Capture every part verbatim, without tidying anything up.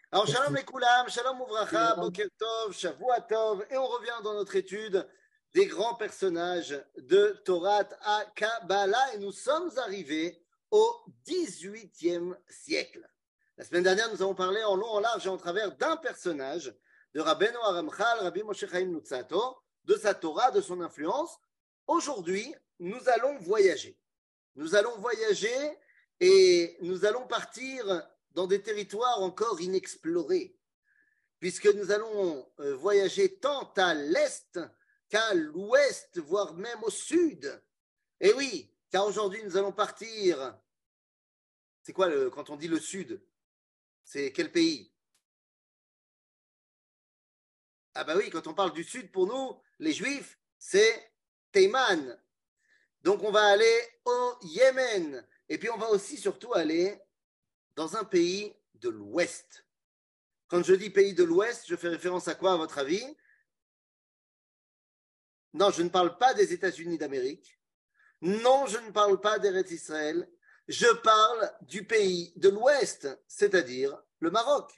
Alors, shalom les koulam, shalom ouvracha, boker tov, shavua tov, et on revient dans notre étude des grands personnages de Torah à Kabbalah, et nous sommes arrivés au dix-huitième siècle. La semaine dernière, nous avons parlé en long, en large et en travers d'un personnage, de Rabbeinu Aramchal, Rabbi Moshe Chaim Luzzatto, de sa Torah, de son influence. Aujourd'hui, nous allons voyager. Nous allons voyager et nous allons partir dans des territoires encore inexplorés, puisque nous allons euh, voyager tant à l'est qu'à l'ouest, voire même au sud. Et oui, car aujourd'hui nous allons partir. C'est quoi le, quand on dit le sud? C'est quel pays? Ah bah oui, quand on parle du sud, pour nous, les juifs, c'est Théman. Donc on va aller au Yémen. Et puis on va aussi surtout aller dans un pays de l'Ouest. Quand je dis pays de l'Ouest, je fais référence à quoi, à votre avis? Non, je ne parle pas des États-Unis d'Amérique. Non, je ne parle pas d'Eretz Israël. Je parle du pays de l'Ouest, c'est-à-dire le Maroc.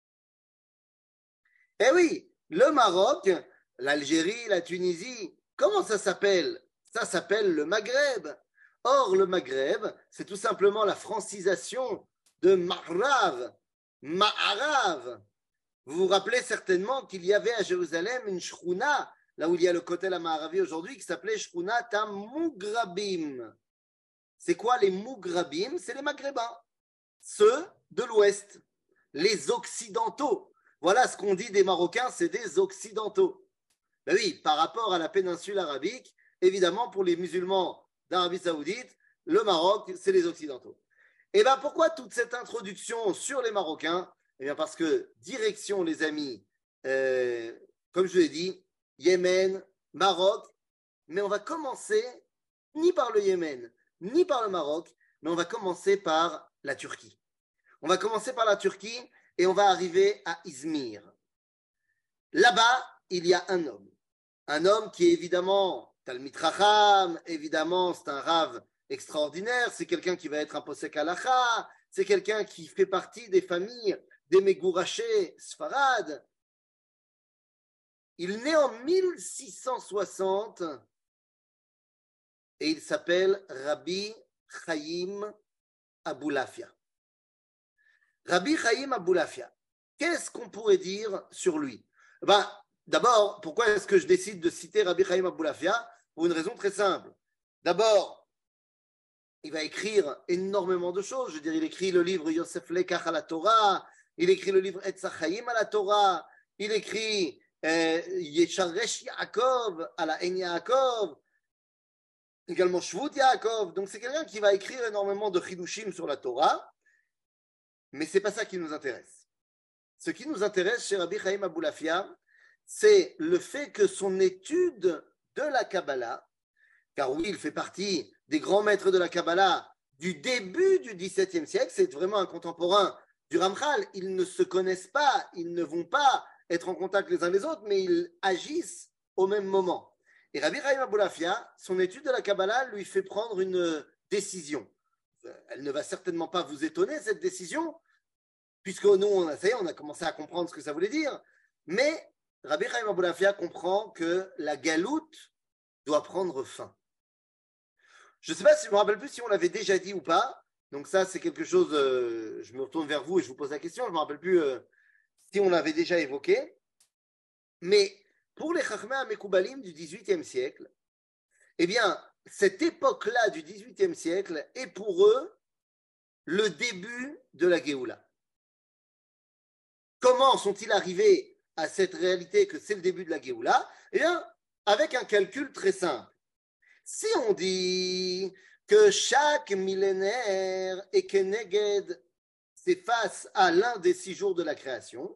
Eh oui, le Maroc, l'Algérie, la Tunisie, comment ça s'appelle? Ça s'appelle le Maghreb. Or, le Maghreb, c'est tout simplement la francisation de Ma'rav, Ma'arav. Vous vous rappelez certainement qu'il y avait à Jérusalem une shrouna, là où il y a le Kotel HaMa'aravi aujourd'hui, qui s'appelait Shrounat HaMougrabim. C'est quoi les Mougrabim? C'est les Maghrébins, ceux de l'Ouest, les Occidentaux. Voilà ce qu'on dit des Marocains, c'est des Occidentaux. Ben oui, par rapport à la péninsule arabique, évidemment, pour les musulmans d'Arabie Saoudite, le Maroc, c'est les Occidentaux. Et bien, pourquoi toute cette introduction sur les Marocains? Eh bien, parce que direction, les amis, euh, comme je l'ai dit, Yémen, Maroc, mais on va commencer ni par le Yémen, ni par le Maroc, mais on va commencer par la Turquie. On va commencer par la Turquie et on va arriver à Izmir. Là-bas, il y a un homme. Un homme qui est évidemment Talmid Chacham, évidemment, c'est un rave extraordinaire, c'est quelqu'un qui va être un posek halacha, c'est quelqu'un qui fait partie des familles des Megourachés Sfarad. Il naît en mille six cent soixante et il s'appelle Rabbi Chaim Aboulafia. Rabbi Chaim Aboulafia, qu'est-ce qu'on pourrait dire sur lui? Ben, d'abord, pourquoi est-ce que je décide de citer Rabbi Chaim Aboulafia? Pour une raison très simple. D'abord, il va écrire énormément de choses. Je veux dire, il écrit le livre Yosef Lekach à la Torah, il écrit le livre Etz HaChaim à la Torah, il écrit euh, Yesharesh Yaakov à la En Yaakov, également Shvut Yaakov. Donc c'est quelqu'un qui va écrire énormément de Chidushim sur la Torah, mais ce n'est pas ça qui nous intéresse. Ce qui nous intéresse chez Rabbi Chaim Aboulafia, c'est le fait que son étude de la Kabbalah, car oui, il fait partie des grands maîtres de la Kabbalah du début du dix-septième siècle, c'est vraiment un contemporain du Ramchal. Ils ne se connaissent pas, ils ne vont pas être en contact les uns les autres, mais ils agissent au même moment. Et Rabbi Chaim Aboulafia, son étude de la Kabbalah lui fait prendre une décision. Elle ne va certainement pas vous étonner, cette décision, puisque nous, on a, ça y est, on a commencé à comprendre ce que ça voulait dire. Mais Rabbi Chaim Aboulafia comprend que la galoute doit prendre fin. Je ne sais pas si je me rappelle plus si on l'avait déjà dit ou pas. Donc ça, c'est quelque chose, euh, je me retourne vers vous et je vous pose la question. Je ne me rappelle plus euh, si on l'avait déjà évoqué. Mais pour les Chachmei HaMekoubalim du dix-huitième siècle, eh bien, cette époque-là du dix-huitième siècle est pour eux le début de la Géoula. Comment sont-ils arrivés à cette réalité que c'est le début de la Géoula? Eh bien, avec un calcul très simple. Si on dit que chaque millénaire est keneged, c'est face à l'un des six jours de la création,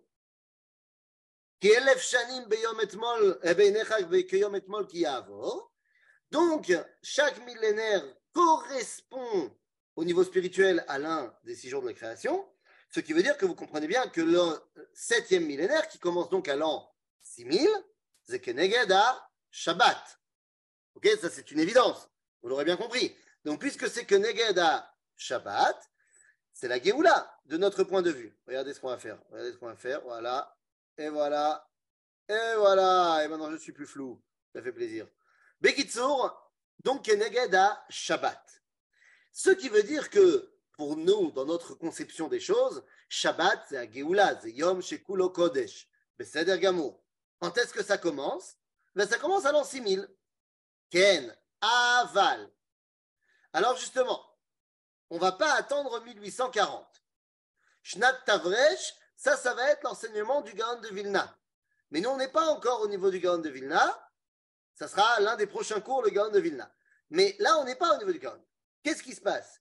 donc chaque millénaire correspond au niveau spirituel à l'un des six jours de la création, ce qui veut dire que vous comprenez bien que le septième millénaire, qui commence donc à l'an six mille, c'est keneged à Shabbat. Ok, ça c'est une évidence, vous l'aurez bien compris. Donc puisque c'est que Neged à Shabbat, c'est la Géoula, de notre point de vue. Regardez ce qu'on va faire. Regardez ce qu'on va faire. Voilà. Et voilà. Et voilà. Et maintenant, je suis plus flou. Ça fait plaisir. Bekitsour, donc, Keneged à Shabbat. Ce qui veut dire que, pour nous, dans notre conception des choses, Shabbat, c'est la Géoula, c'est Yom Shekulo Kodesh. Beseder Gamour. Quand est-ce que ça commence? Ben, ça commence à l'an six mille. Ken, Aval. Alors, justement, on ne va pas attendre mille huit cent quarante. Shnat Tavresh, ça, ça va être l'enseignement du Gaon de Vilna. Mais nous, on n'est pas encore au niveau du Gaon de Vilna. Ça sera l'un des prochains cours, le Gaon de Vilna. Mais là, on n'est pas au niveau du Gaon. Qu'est-ce qui se passe?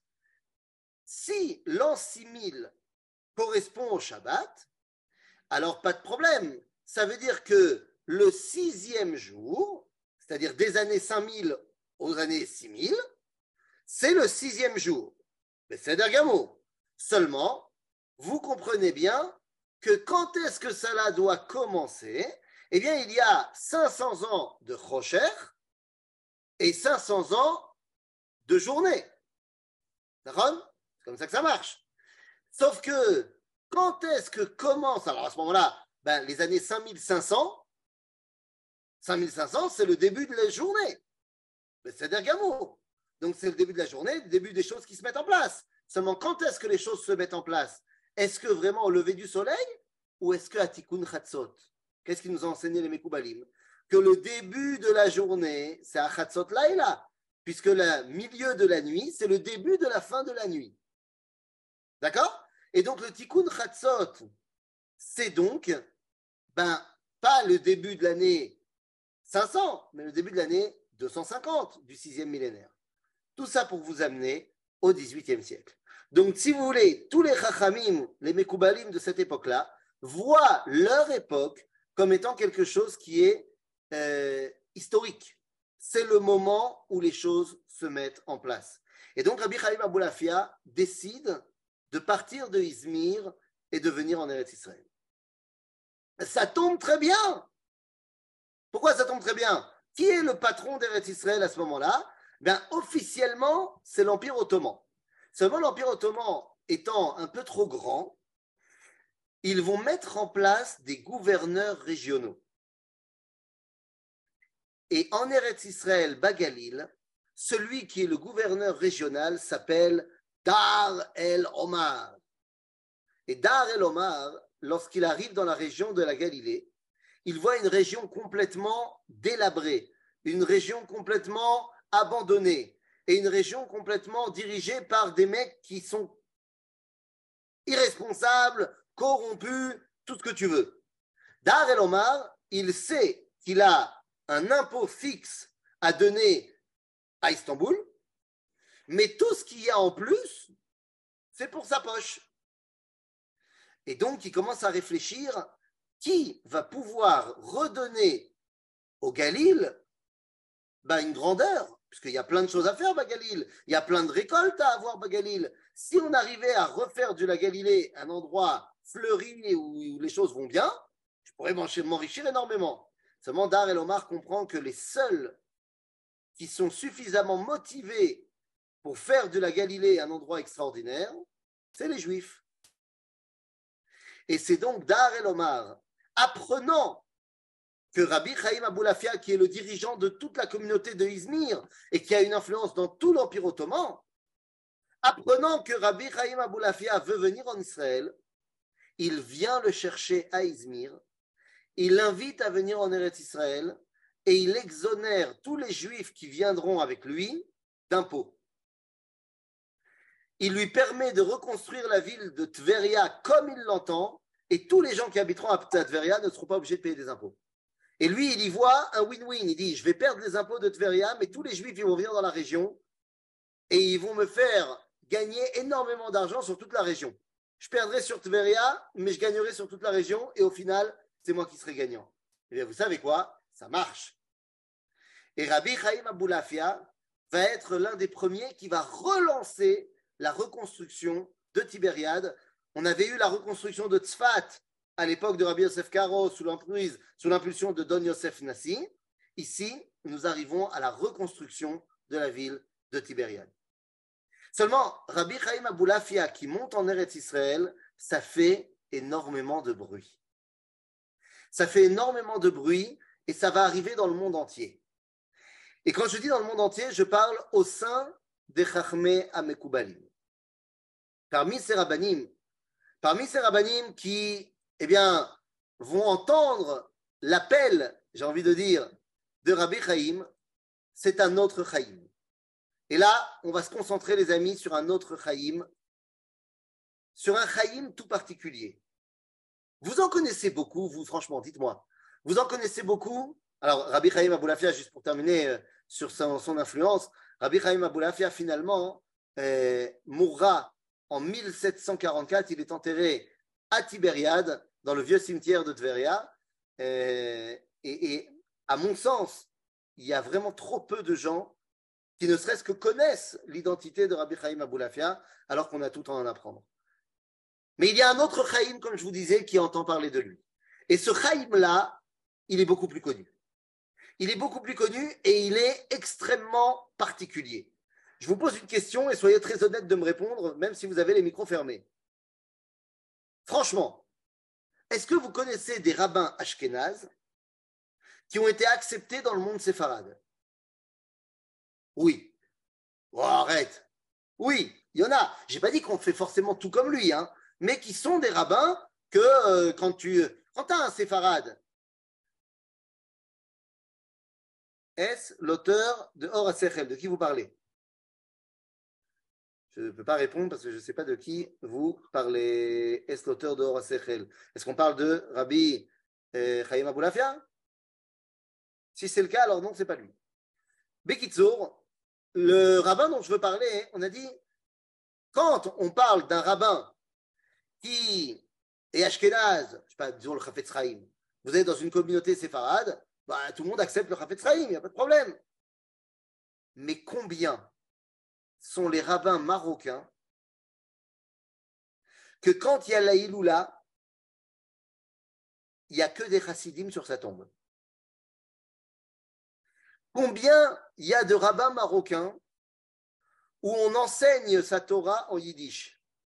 Si l'an six mille correspond au Shabbat, alors pas de problème. Ça veut dire que le sixième jour, c'est-à-dire des années cinq mille aux années six mille, c'est le sixième jour. Mais c'est d'Argamo. Seulement, vous comprenez bien que quand est-ce que cela doit commencer? Eh bien, il y a cinq cents ans de Rocher et cinq cents ans de journée. D'accord? C'est comme ça que ça marche. Sauf que, quand est-ce que commence? Alors, à ce moment-là, ben, les années cinq mille cinq cents, cinq mille cinq cents, c'est le début de la journée. Mais c'est d'Argamo. Donc, c'est le début de la journée, le début des choses qui se mettent en place. Seulement, quand est-ce que les choses se mettent en place? Est-ce que vraiment au lever du soleil ou est-ce que à Tikkun Chatzot? Qu'est-ce qu'ils nous ont enseigné les Mekoubalim? Que le début de la journée, c'est à Chatzot Laïla, puisque le milieu de la nuit, c'est le début de la fin de la nuit. D'accord? Et donc, le Tikkun Chatzot, c'est donc, ben, pas le début de l'année cinq cents, mais le début de l'année deux cent cinquante du sixième millénaire. Tout ça pour vous amener au dix-huitième siècle. Donc, si vous voulez, tous les Chachamim, les Mekoubalim de cette époque-là, voient leur époque comme étant quelque chose qui est euh, historique. C'est le moment où les choses se mettent en place. Et donc, Rabbi Chaim Aboulafia décide de partir de Izmir et de venir en Eretz Israël. Ça tombe très bien. Pourquoi ça tombe très bien? Qui est le patron d'Eretz Israël à ce moment-là? Bien, officiellement, c'est l'Empire ottoman. Seulement, l'Empire ottoman étant un peu trop grand, ils vont mettre en place des gouverneurs régionaux. Et en Eretz Israël, Bagalil, celui qui est le gouverneur régional s'appelle Dar el-Omar. Et Dar el-Omar, lorsqu'il arrive dans la région de la Galilée, il voit une région complètement délabrée, une région complètement abandonnée et une région complètement dirigée par des mecs qui sont irresponsables, corrompus, tout ce que tu veux. Dar el-Omar, il sait qu'il a un impôt fixe à donner à Istanbul, mais tout ce qu'il y a en plus, c'est pour sa poche. Et donc, il commence à réfléchir qui va pouvoir redonner au Galil ben, une grandeur, puisqu'il y a plein de choses à faire, Bagalil. Il y a plein de récoltes à avoir, Bagalil. Si on arrivait à refaire de la Galilée un endroit fleuri où les choses vont bien, je pourrais m'enrichir énormément. Seulement, Dar el-Omar comprend que les seuls qui sont suffisamment motivés pour faire de la Galilée un endroit extraordinaire, c'est les Juifs. Et c'est donc Dar el-Omar, apprenant que Rabbi Chaim Aboulafia, qui est le dirigeant de toute la communauté de Izmir et qui a une influence dans tout l'Empire ottoman, apprenant que Rabbi Chaim Aboulafia veut venir en Israël, il vient le chercher à Izmir, il l'invite à venir en Eretz Israël et il exonère tous les Juifs qui viendront avec lui d'impôts. Il lui permet de reconstruire la ville de Tveria comme il l'entend et tous les gens qui habiteront à Tveria ne seront pas obligés de payer des impôts. Et lui, il y voit un win-win. Il dit, je vais perdre les impôts de Tveria, mais tous les Juifs ils vont venir dans la région et ils vont me faire gagner énormément d'argent sur toute la région. Je perdrai sur Tveria, mais je gagnerai sur toute la région et au final, c'est moi qui serai gagnant. Et bien, vous savez quoi? Ça marche. Et Rabbi Chaim Aboulafia va être l'un des premiers qui va relancer la reconstruction de Tibériade. On avait eu la reconstruction de Tzfat à l'époque de Rabbi Yosef Karo sous l'emprise, sous l'impulsion de Don Yosef Nassi. Ici, nous arrivons à la reconstruction de la ville de Tibériade. Seulement, Rabbi Chaim Aboulafia qui monte en Eretz Israël, ça fait énormément de bruit. Ça fait énormément de bruit et ça va arriver dans le monde entier. Et quand je dis dans le monde entier, je parle au sein des Chachmei Amekoubalim. Parmi ces rabbanim, parmi ces rabbanim qui, eh bien, vont entendre l'appel, j'ai envie de dire, de Rabbi Chaim, c'est un autre Chaim. Et là, on va se concentrer, les amis, sur un autre Chaim, sur un Chaim tout particulier. Vous en connaissez beaucoup, vous, franchement, dites-moi. Vous en connaissez beaucoup? Alors, Rabbi Chaim Aboulafia, juste pour terminer euh, sur son, son influence, Rabbi Chaim Aboulafia, finalement, euh, mourra en mille sept cent quarante-quatre. Il est enterré à Tibériade, dans le vieux cimetière de Tveria. Euh, et, et à mon sens, il y a vraiment trop peu de gens qui ne serait-ce que connaissent l'identité de Rabbi Chaim Aboulafia, alors qu'on a tout à en apprendre. Mais il y a un autre Chaim, comme je vous disais, qui entend parler de lui. Et ce Chaim-là, il est beaucoup plus connu. Il est beaucoup plus connu et il est extrêmement particulier. Je vous pose une question et soyez très honnête de me répondre, même si vous avez les micros fermés. Franchement, est-ce que vous connaissez des rabbins ashkénazes qui ont été acceptés dans le monde séfarade? Oui. Oh, arrête. Oui, il y en a. Je n'ai pas dit qu'on fait forcément tout comme lui, hein, mais qui sont des rabbins que euh, quand tu quand as un séfarade, est-ce l'auteur de Or HaSechel? De qui vous parlez? Je ne peux pas répondre parce que je ne sais pas de qui vous parlez. Est-ce l'auteur de Or HaSechel? Est-ce qu'on parle de Rabbi euh, Chaim Aboulafia? Si c'est le cas, alors non, ce n'est pas lui. Bekitzour, le rabbin dont je veux parler, on a dit, quand on parle d'un rabbin qui est ashkénaze, je ne sais pas, disons le Chafetz Chaim, vous êtes dans une communauté séfarade, bah, tout le monde accepte le Chafetz Chaim, il n'y a pas de problème. Mais combien sont les rabbins marocains que quand il y a la Iloula, il n'y a que des chassidim sur sa tombe? Combien il y a de rabbins marocains où on enseigne sa Torah en yiddish?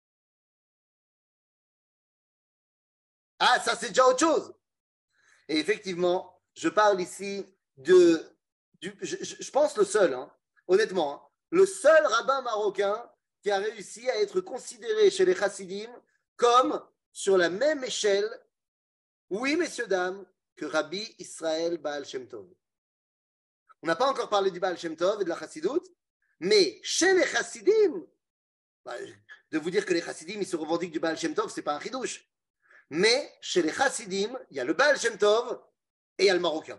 Ah, ça c'est déjà autre chose. Et effectivement, je parle ici de, du, je, je pense le seul, hein, honnêtement, hein, le seul rabbin marocain qui a réussi à être considéré chez les chassidim comme sur la même échelle, oui messieurs, dames, que Rabbi Israël Baal Shem Tov. On n'a pas encore parlé du Baal Shem Tov et de la chassidoute, mais chez les chassidim, bah, de vous dire que les chassidim ils se revendiquent du Baal Shem Tov, ce n'est pas un chidouche. Mais chez les chassidim, il y a le Baal Shem Tov et il y a le marocain.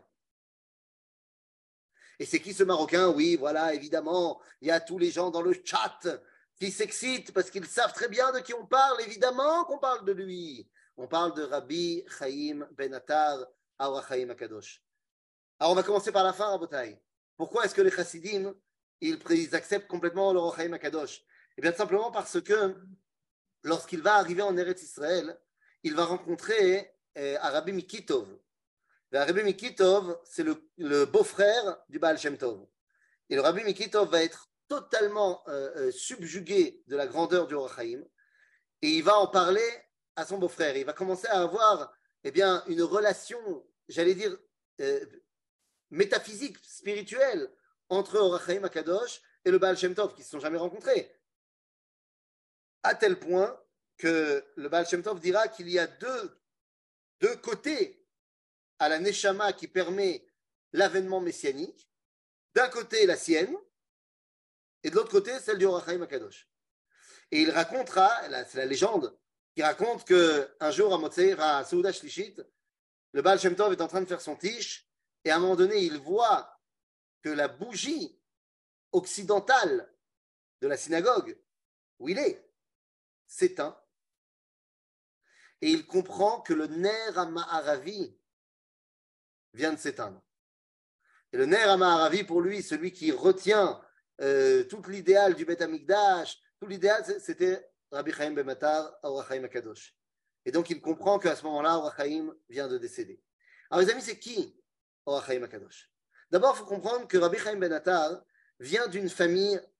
Et c'est qui ce marocain? Oui, voilà, évidemment, il y a tous les gens dans le chat qui s'excitent parce qu'ils savent très bien de qui on parle. Évidemment qu'on parle de lui. On parle de Rabbi Chaim Ben Attar, Or HaChaim HaKadosh. Alors, on va commencer par la fin, Rabotai. Pourquoi est-ce que les chassidim, ils, ils acceptent complètement le Or HaChaim HaKadosh? Eh bien, simplement parce que lorsqu'il va arriver en Eretz Israël, il va rencontrer euh, Rabbi Mikitov. Le Rabbi Mikitov, c'est le, le beau-frère du Baal Shem Tov. Et le Rabbi Mikitov va être totalement euh, subjugué de la grandeur du Or HaChaim et il va en parler à son beau-frère. Il va commencer à avoir eh bien, une relation, j'allais dire, euh, métaphysique, spirituelle entre Or HaChaim HaKadosh et le Baal Shem Tov qui ne se sont jamais rencontrés. À tel point que le Baal Shem Tov dira qu'il y a deux, deux côtés à la Neshama qui permet l'avènement messianique. D'un côté, la sienne, et de l'autre côté, celle du Or HaChaim HaKadosh. Et il racontera, c'est la légende, qui raconte qu'un jour, à Motzei, à Seuda Shlishit, le Baal Shem Tov est en train de faire son tiche, et à un moment donné, il voit que la bougie occidentale de la synagogue, où il est, s'éteint, et il comprend que le Ner HaMa'aravi vient de s'éteindre. Et le Ner HaMa'aravi, pour lui, celui qui retient euh, tout l'idéal du Beth Amikdash, tout l'idéal, c'était Rabbi Chaim Ben Attar, Or HaChaim HaKadosh. Et donc, il comprend qu'à ce moment-là, Or HaChaim vient de décéder. Alors, les amis, c'est qui Or HaChaim HaKadosh? D'abord, il faut comprendre que Rabbi Chaim Ben Attar vient d'une famille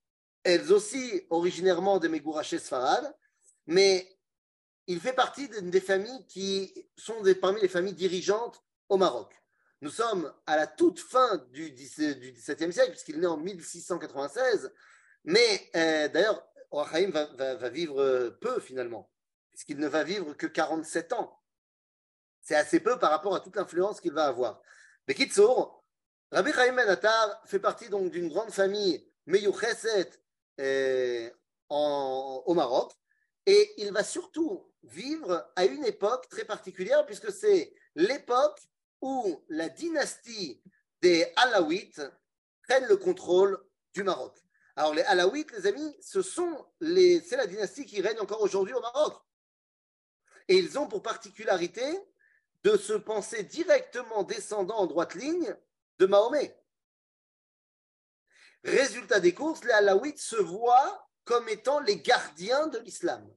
elles aussi originairement des Megourachés Sfarad, mais il fait partie des familles qui sont des, parmi les familles dirigeantes au Maroc. Nous sommes à la toute fin du, du dix-septième siècle, puisqu'il est né en mille six cent quatre-vingt-seize, mais euh, d'ailleurs, Or HaChaim va, va, va vivre peu finalement, puisqu'il ne va vivre que quarante-sept ans. C'est assez peu par rapport à toute l'influence qu'il va avoir. Mais Kitsour, Rabbi Chaim Ben Attar fait partie donc d'une grande famille Meyucheset euh, au Maroc, et il va surtout vivre à une époque très particulière, puisque c'est l'époque où la dynastie des Alaouites prennent le contrôle du Maroc. Alors les Alaouites, les amis, ce sont les, c'est la dynastie qui règne encore aujourd'hui au Maroc. Et ils ont pour particularité de se penser directement descendants en droite ligne de Mahomet. Résultat des courses, les Alaouites se voient comme étant les gardiens de l'islam.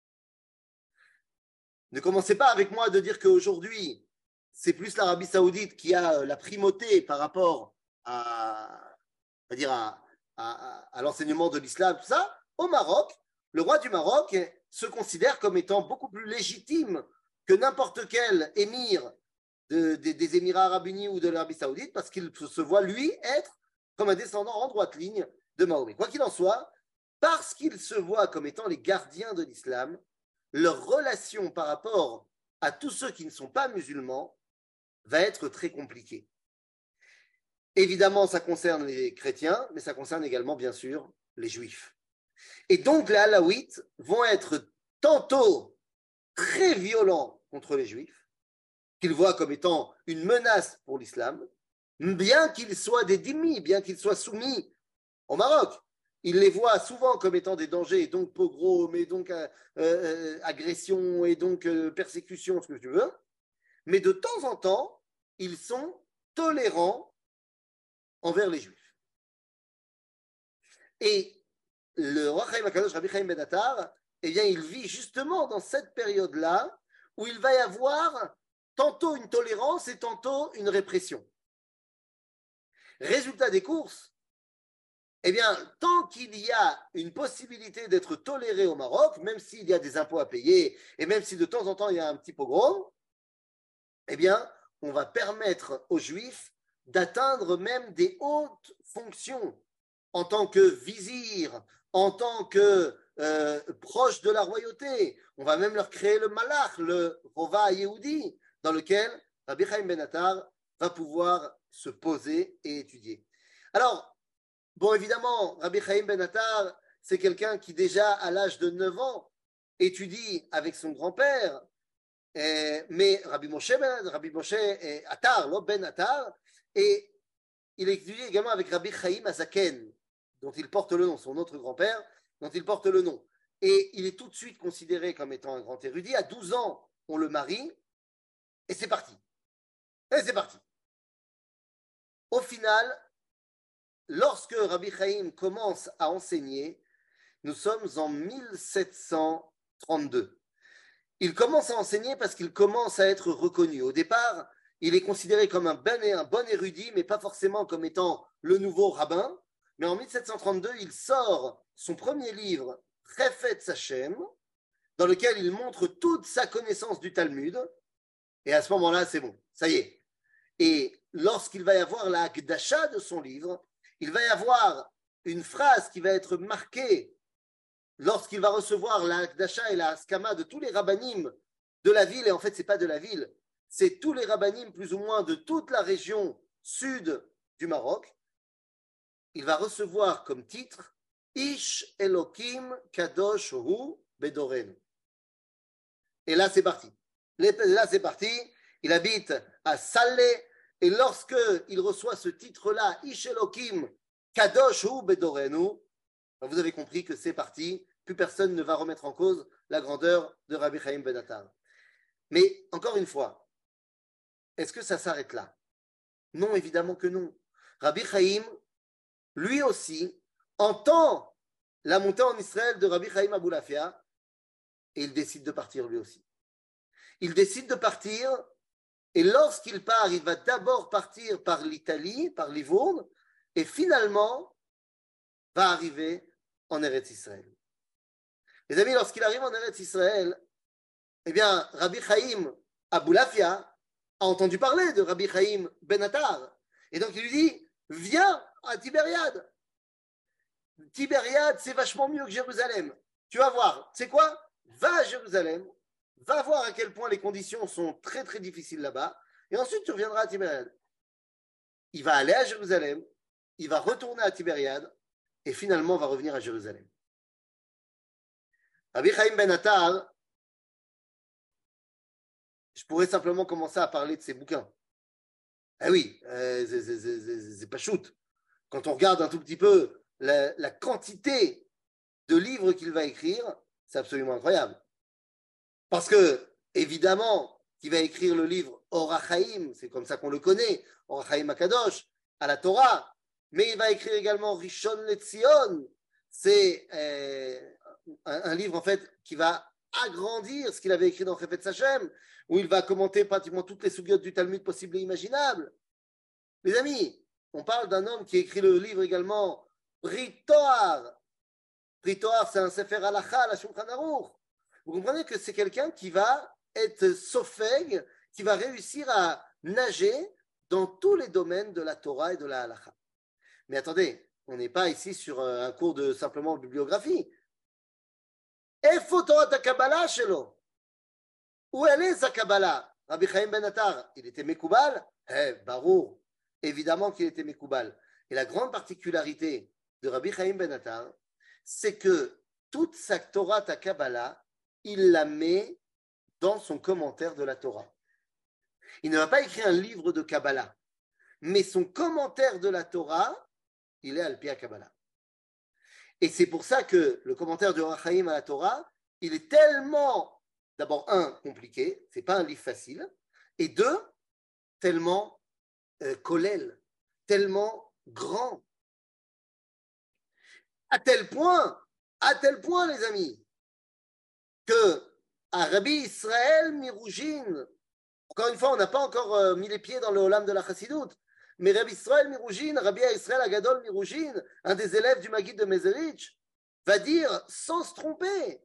Ne commencez pas avec moi de dire qu'aujourd'hui, c'est plus l'Arabie Saoudite qui a la primauté par rapport à, à, dire à, à, à l'enseignement de l'islam, tout ça. Au Maroc, le roi du Maroc se considère comme étant beaucoup plus légitime que n'importe quel émir de, de, des Émirats arabes unis ou de l'Arabie Saoudite, parce qu'il se voit, lui, être comme un descendant en droite ligne de Mahomet. Quoi qu'il en soit, parce qu'il se voit comme étant les gardiens de l'islam, leur relation par rapport à tous ceux qui ne sont pas musulmans va être très compliquée. Évidemment, ça concerne les chrétiens, mais ça concerne également, bien sûr, les juifs. Et donc, les Alaouites vont être tantôt très violents contre les juifs, qu'ils voient comme étant une menace pour l'islam, bien qu'ils soient des dhimmis, bien qu'ils soient soumis au Maroc. Ils les voient souvent comme étant des dangers, et donc pogrom, et donc euh, euh, agression, et donc euh, persécution, ce que tu veux. Mais de temps en temps, ils sont tolérants envers les Juifs. Et le roi Chaim HaKadosh, Rabbi Chaim Ben Attar, eh bien, il vit justement dans cette période-là où il va y avoir tantôt une tolérance et tantôt une répression. Résultat des courses, eh bien, tant qu'il y a une possibilité d'être toléré au Maroc, même s'il y a des impôts à payer et même si de temps en temps il y a un petit pogrom, eh bien, on va permettre aux Juifs d'atteindre même des hautes fonctions en tant que vizir, en tant que euh, proche de la royauté. On va même leur créer le malach, le rova Yehudi, dans lequel Rabbi Chaim Ben Attar va pouvoir se poser et étudier. Alors, bon, évidemment, Rabbi Chaim Ben Attar, c'est quelqu'un qui déjà à l'âge de neuf ans étudie avec son grand-père, et, mais Rabbi Moshe, ben, Rabbi Moshe et Attar, là, Ben Attar, et il étudie également avec Rabbi Chaim Azaken, dont il porte le nom, son autre grand-père, dont il porte le nom. Et il est tout de suite considéré comme étant un grand érudit. À douze ans, on le marie, et c'est parti. Et c'est parti. Au final, lorsque Rabbi Chaim commence à enseigner, nous sommes en mille sept cent trente-deux. Il commence à enseigner parce qu'il commence à être reconnu. Au départ, il est considéré comme un bon, un bon érudit, mais pas forcément comme étant le nouveau rabbin. Mais en mille sept cent trente-deux, il sort son premier livre, Chefetz Hashem, dans lequel il montre toute sa connaissance du Talmud. Et à ce moment-là, c'est bon, ça y est. Et lorsqu'il va y avoir la Hakdasha de son livre, il va y avoir une phrase qui va être marquée lorsqu'il va recevoir la Hakdasha et la Haskama de tous les rabbanim de la ville. Et en fait, ce n'est pas de la ville, c'est tous les rabbanim plus ou moins de toute la région sud du Maroc. Il va recevoir comme titre Ish Elokim Kadosh Hu Bedorenu. Et là, c'est parti. Là, c'est parti. Il habite à Salé. Et lorsque il reçoit ce titre-là, Ish Elokim Kadosh Hu Bedorenu, vous avez compris que c'est parti. Plus personne ne va remettre en cause la grandeur de Rabbi Chaim Ben Attar. Mais encore une fois, est-ce que ça s'arrête là? Non, évidemment que non. Rabbi Chaim, lui aussi, entend la montée en Israël de Rabbi Chaim Aboulafia et il décide de partir lui aussi. Il décide de partir et lorsqu'il part, il va d'abord partir par l'Italie, par Livourne, et finalement va arriver en Eretz Israël. Les amis, lorsqu'il arrive en Eretz Israël, eh bien, Rabbi Chaim Aboulafia a entendu parler de Rabbi Chaim Ben Attar. Et donc, il lui dit, viens à Tibériade. Tibériade, c'est vachement mieux que Jérusalem. Tu vas voir. C'est quoi? Va à Jérusalem, va voir à quel point les conditions sont très, très difficiles là-bas, et ensuite, tu reviendras à Tibériade. Il va aller à Jérusalem, il va retourner à Tibériade, et finalement, va revenir à Jérusalem. Rabbi Chaim Ben Attar, je pourrais simplement commencer à parler de ses bouquins. Eh oui, euh, c'est pas shoot. Quand on regarde un tout petit peu la, la quantité de livres qu'il va écrire, c'est absolument incroyable. Parce que, évidemment, qu'il va écrire le livre Or HaChaim, c'est comme ça qu'on le connaît, Or HaChaim HaKadosh, à la Torah, mais il va écrire également Rishon LeZion, c'est euh, un, un livre en fait qui va agrandir ce qu'il avait écrit dans Chefetz Hashem, où il va commenter pratiquement toutes les sougiotes du Talmud possibles et imaginables. Les amis, on parle d'un homme qui écrit le livre également Brit Toar. Brit Toar, c'est un Sefer Halacha, la Shulchan Aruch. Vous comprenez que c'est quelqu'un qui va être sofeg, qui va réussir à nager dans tous les domaines de la Torah et de la Halacha. Mais attendez, on n'est pas ici sur un cours de simplement bibliographie. Efo Torah Kabbalah shelo. Où elle est sa Kabbalah? Rabbi Chaim Ben Attar, il était Mekoubal? Eh, Barour. Évidemment qu'il était Mekoubal. Et la grande particularité de Rabbi Chaim Ben Attar, c'est que toute sa Torah ta Kabbalah, il la met dans son commentaire de la Torah. Il ne va pas écrire un livre de Kabbalah, mais son commentaire de la Torah, il est Al Pi Kabbalah. Et c'est pour ça que le commentaire de Or HaChaim à la Torah, il est tellement, d'abord, un, compliqué, c'est pas un livre facile, et deux, tellement euh, kolel, tellement grand. À tel point, à tel point, les amis, que à Rabbi Israël Miroujine, encore une fois, on n'a pas encore euh, mis les pieds dans le Olam de la Chassidoute, mais Rabbi Israël Miroujine, Rabbi Israël Agadol Miroujine, un des élèves du Maguid de Mezerich, va dire sans se tromper,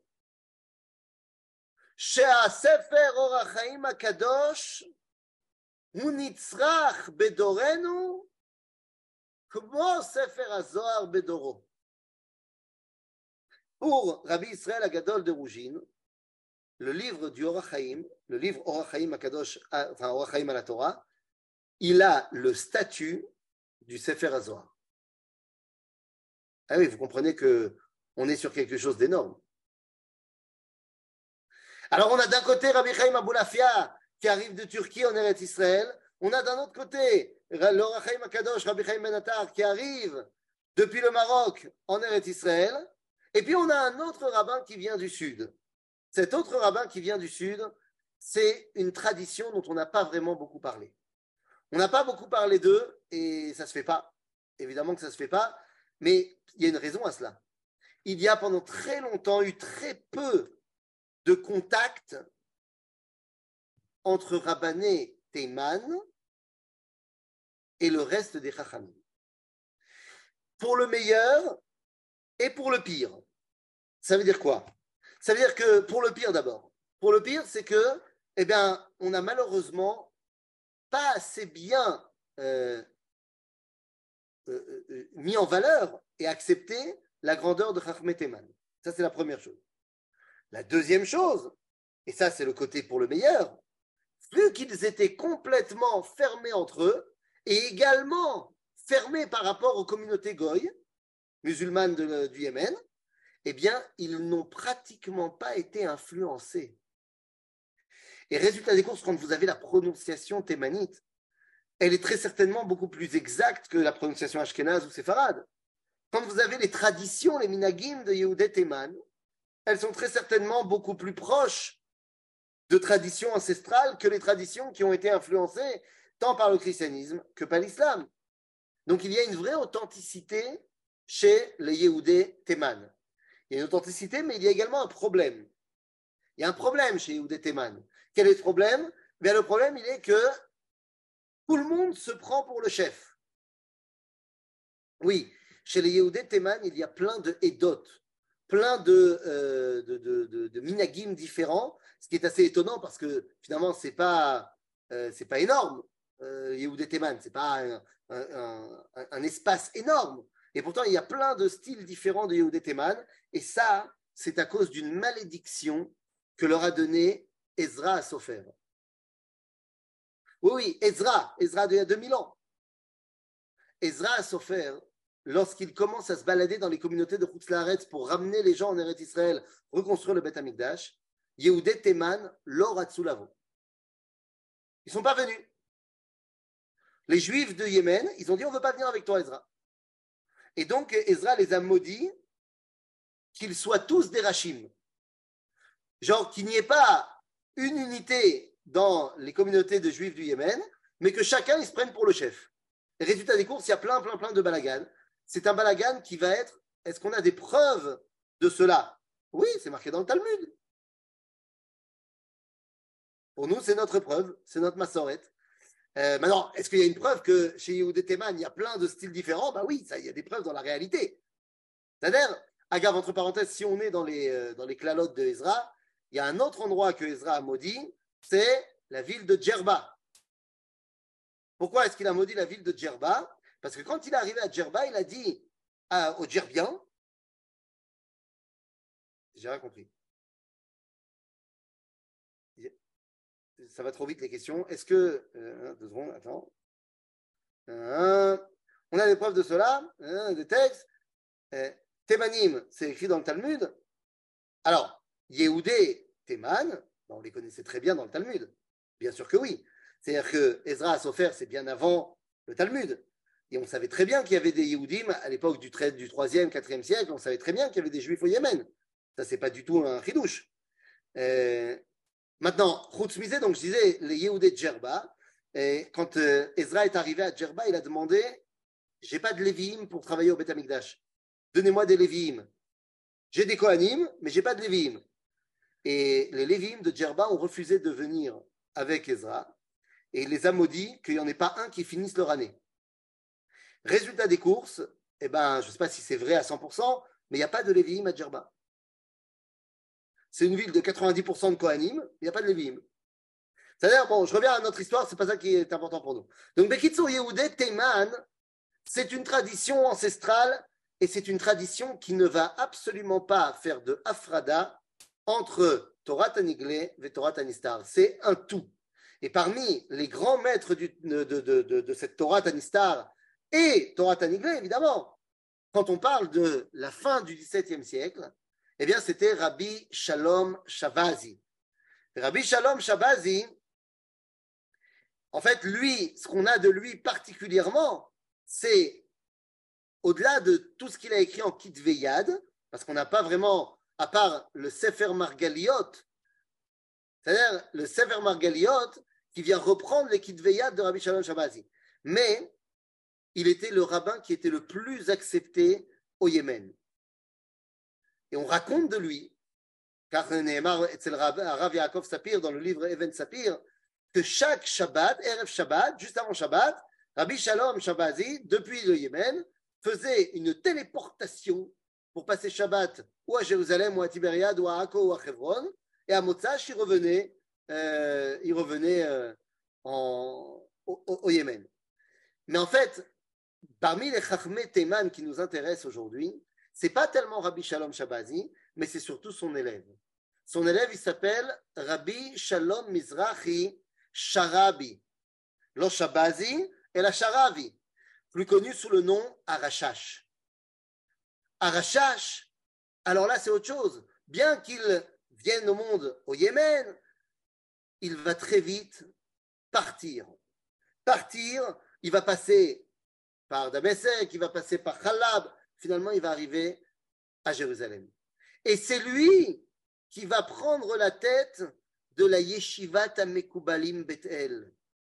שהספר אור החיים הקדוש הוא נצרך בדורנו כמו ספר הזוהר בדורו. Pour Rabbi Israël Agadol de Rougine, le livre du Or HaChaim, le livre Or HaChaim HaKadosh, enfin Or HaChaim à la Torah, il a le statut du Sefer HaZohar. Ah oui, vous comprenez qu'on est sur quelque chose d'énorme. Alors on a d'un côté Rabbi Chaim Aboulafia qui arrive de Turquie en Eretz Israël, on a d'un autre côté l'Or HaChaim HaKadosh, Rabbi Chaim Ben Attar qui arrive depuis le Maroc en Eretz Israël, et puis on a un autre rabbin qui vient du sud. Cet autre rabbin qui vient du sud, c'est une tradition dont on n'a pas vraiment beaucoup parlé. On n'a pas beaucoup parlé d'eux et ça ne se fait pas. Évidemment que ça ne se fait pas, mais il y a une raison à cela. Il y a pendant très longtemps eu très peu de contact entre Rabbané Teiman et le reste des Chachamim. Pour le meilleur et pour le pire. Ça veut dire quoi? Ça veut dire que pour le pire d'abord. Pour le pire, c'est que, eh bien, on n'a malheureusement pas assez bien euh, euh, euh, mis en valeur et accepté la grandeur de Chachmei Teiman. Ça, c'est la première chose. La deuxième chose, et ça, c'est le côté pour le meilleur, vu qu'ils étaient complètement fermés entre eux et également fermés par rapport aux communautés goy, musulmanes de, du Yémen, eh bien, ils n'ont pratiquement pas été influencés. Et résultat des courses, quand vous avez la prononciation thémanite, elle est très certainement beaucoup plus exacte que la prononciation ashkénaze ou séfarade. Quand vous avez les traditions, les minagim de Yehudé Théman, elles sont très certainement beaucoup plus proches de traditions ancestrales que les traditions qui ont été influencées tant par le christianisme que par l'islam. Donc il y a une vraie authenticité chez les Yehudé Théman. Il y a une authenticité, mais il y a également un problème. Il y a un problème chez Yehudé Théman. Quel est le problème? Bien, le problème, il est que tout le monde se prend pour le chef. Oui, chez les Yehudé Théman, il y a plein de Edot, plein de, euh, de, de, de, de minagim différents, ce qui est assez étonnant parce que finalement, ce n'est pas, euh, c'est pas énorme, euh, Yehudé Théman, ce n'est pas un, un, un, un espace énorme. Et pourtant, il y a plein de styles différents de Yehudé Théman, et ça, c'est à cause d'une malédiction que leur a donnée Ezra à Sofer. Oui, oui, Ezra, Ezra d'il y a deux mille ans. Ezra à Sofer, lorsqu'il commence à se balader dans les communautés de Chutz Laaretz pour ramener les gens en Eretz Israël, reconstruire le Beth Amikdash, Yehudé Théman, lo ratzu lavo. Ils ne sont pas venus. Les Juifs de Yémen, ils ont dit on ne veut pas venir avec toi, Ezra. Et donc, Ezra les a maudits qu'ils soient tous des Rachim. Genre qu'il n'y ait pas une unité dans les communautés de Juifs du Yémen, mais que chacun il se prenne pour le chef. Et résultat des courses, il y a plein, plein, plein de balagan. C'est un balagan qui va être, est-ce qu'on a des preuves de cela? Oui, c'est marqué dans le Talmud. Pour nous, c'est notre preuve, c'est notre massoret. Euh, maintenant, est-ce qu'il y a une preuve que chez Yehudé Théman, il y a plein de styles différents? Ben oui, ça, il y a des preuves dans la réalité. C'est-à-dire, agave, entre parenthèses, si on est dans les, euh, dans les clalotes de Ezra, il y a un autre endroit que Ezra a maudit, c'est la ville de Djerba. Pourquoi est-ce qu'il a maudit la ville de Djerba? Parce que quand il est arrivé à Djerba, il a dit à, aux Djerbiens, j'ai rien compris. Ça va trop vite les questions. Est-ce que, euh, deux secondes, attends. Euh, on a des preuves de cela, euh, des textes. Euh, Thémanim, c'est écrit dans le Talmud. Alors, Yehudé, Théman, on les connaissait très bien dans le Talmud. Bien sûr que oui. C'est-à-dire que Ezra à Sofer, c'est bien avant le Talmud. Et on savait très bien qu'il y avait des Yehudim à l'époque du, du troisième, quatrième siècle. On savait très bien qu'il y avait des Juifs au Yémen. Ça, c'est pas du tout un chidouche. Euh, maintenant, Chutz Mizeh, donc je disais, les Yehudé de Djerba, et quand euh, Ezra est arrivé à Djerba, il a demandé j'ai pas de Lévi'im pour travailler au Beth Amikdash. Donnez-moi des Lévi'im. J'ai des Kohanim, mais j'ai pas de Lévi'im. Et les Lévi'im de Djerba ont refusé de venir avec Ezra et il les a maudits qu'il n'y en ait pas un qui finisse leur année. Résultat des courses, eh ben, je ne sais pas si c'est vrai à cent pour cent, mais il n'y a pas de Lévi'im à Djerba. C'est une ville de quatre-vingt-dix pour cent de Kohanim, il n'y a pas de Lévi'im. C'est-à-dire, bon, je reviens à notre histoire, c'est pas ça qui est important pour nous. Donc, Bekitso Yehudé Théman, c'est une tradition ancestrale et c'est une tradition qui ne va absolument pas faire de Afrada entre Torah Taniglé et Torah Tanistar. C'est un tout. Et parmi les grands maîtres du, de, de, de, de cette Torah Tanistar et Torah Taniglé, évidemment, quand on parle de la fin du dix-septième siècle, eh bien, c'était Rabbi Shalom Shavazi. Rabbi Shalom Shavazi, en fait, lui, ce qu'on a de lui particulièrement, c'est au-delà de tout ce qu'il a écrit en Kitvei Yad, parce qu'on n'a pas vraiment, à part le Sefer Margaliot, c'est-à-dire le Sefer Margaliot qui vient reprendre les Kitvei Yad de Rabbi Shalom Shavazi. Mais il était le rabbin qui était le plus accepté au Yémen. Et on raconte de lui, car Nehemar etzel Rav Yaakov Sapir dans le livre Even Sapir, que chaque Shabbat, Erev Shabbat, juste avant Shabbat, Rabbi Shalom Shavazi, depuis le Yémen, faisait une téléportation pour passer Shabbat ou à Jérusalem, ou à Tibériade, ou à Akko, ou à Hebron, et à Motzash, il revenait, euh, il revenait euh, en, au, au Yémen. Mais en fait, parmi les Chachmei Théman qui nous intéressent aujourd'hui, ce n'est pas tellement Rabbi Shalom Shavazi, mais c'est surtout son élève. Son élève, il s'appelle Rabbi Shalom Mizrahi Sharabi. Lo Shavazi et la Sharabi, plus connu sous le nom Arashash. Arashash, alors là, c'est autre chose. Bien qu'il vienne au monde au Yémen, il va très vite partir. Partir, il va passer par Damesek, il va passer par Chalab, finalement, il va arriver à Jérusalem. Et c'est lui qui va prendre la tête de la Yeshivat HaMekubalim Bethel.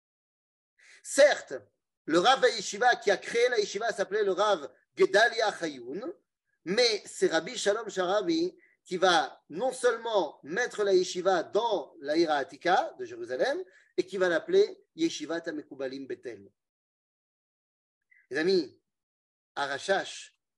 Certes, le Rav Yeshiva qui a créé la Yeshiva s'appelait le Rav Gedalia Chayoun, mais c'est Rabbi Shalom Sharabi qui va non seulement mettre la Yeshiva dans la Ira Atika de Jérusalem et qui va l'appeler Yeshivat HaMekubalim Bethel. Les amis, Arashash,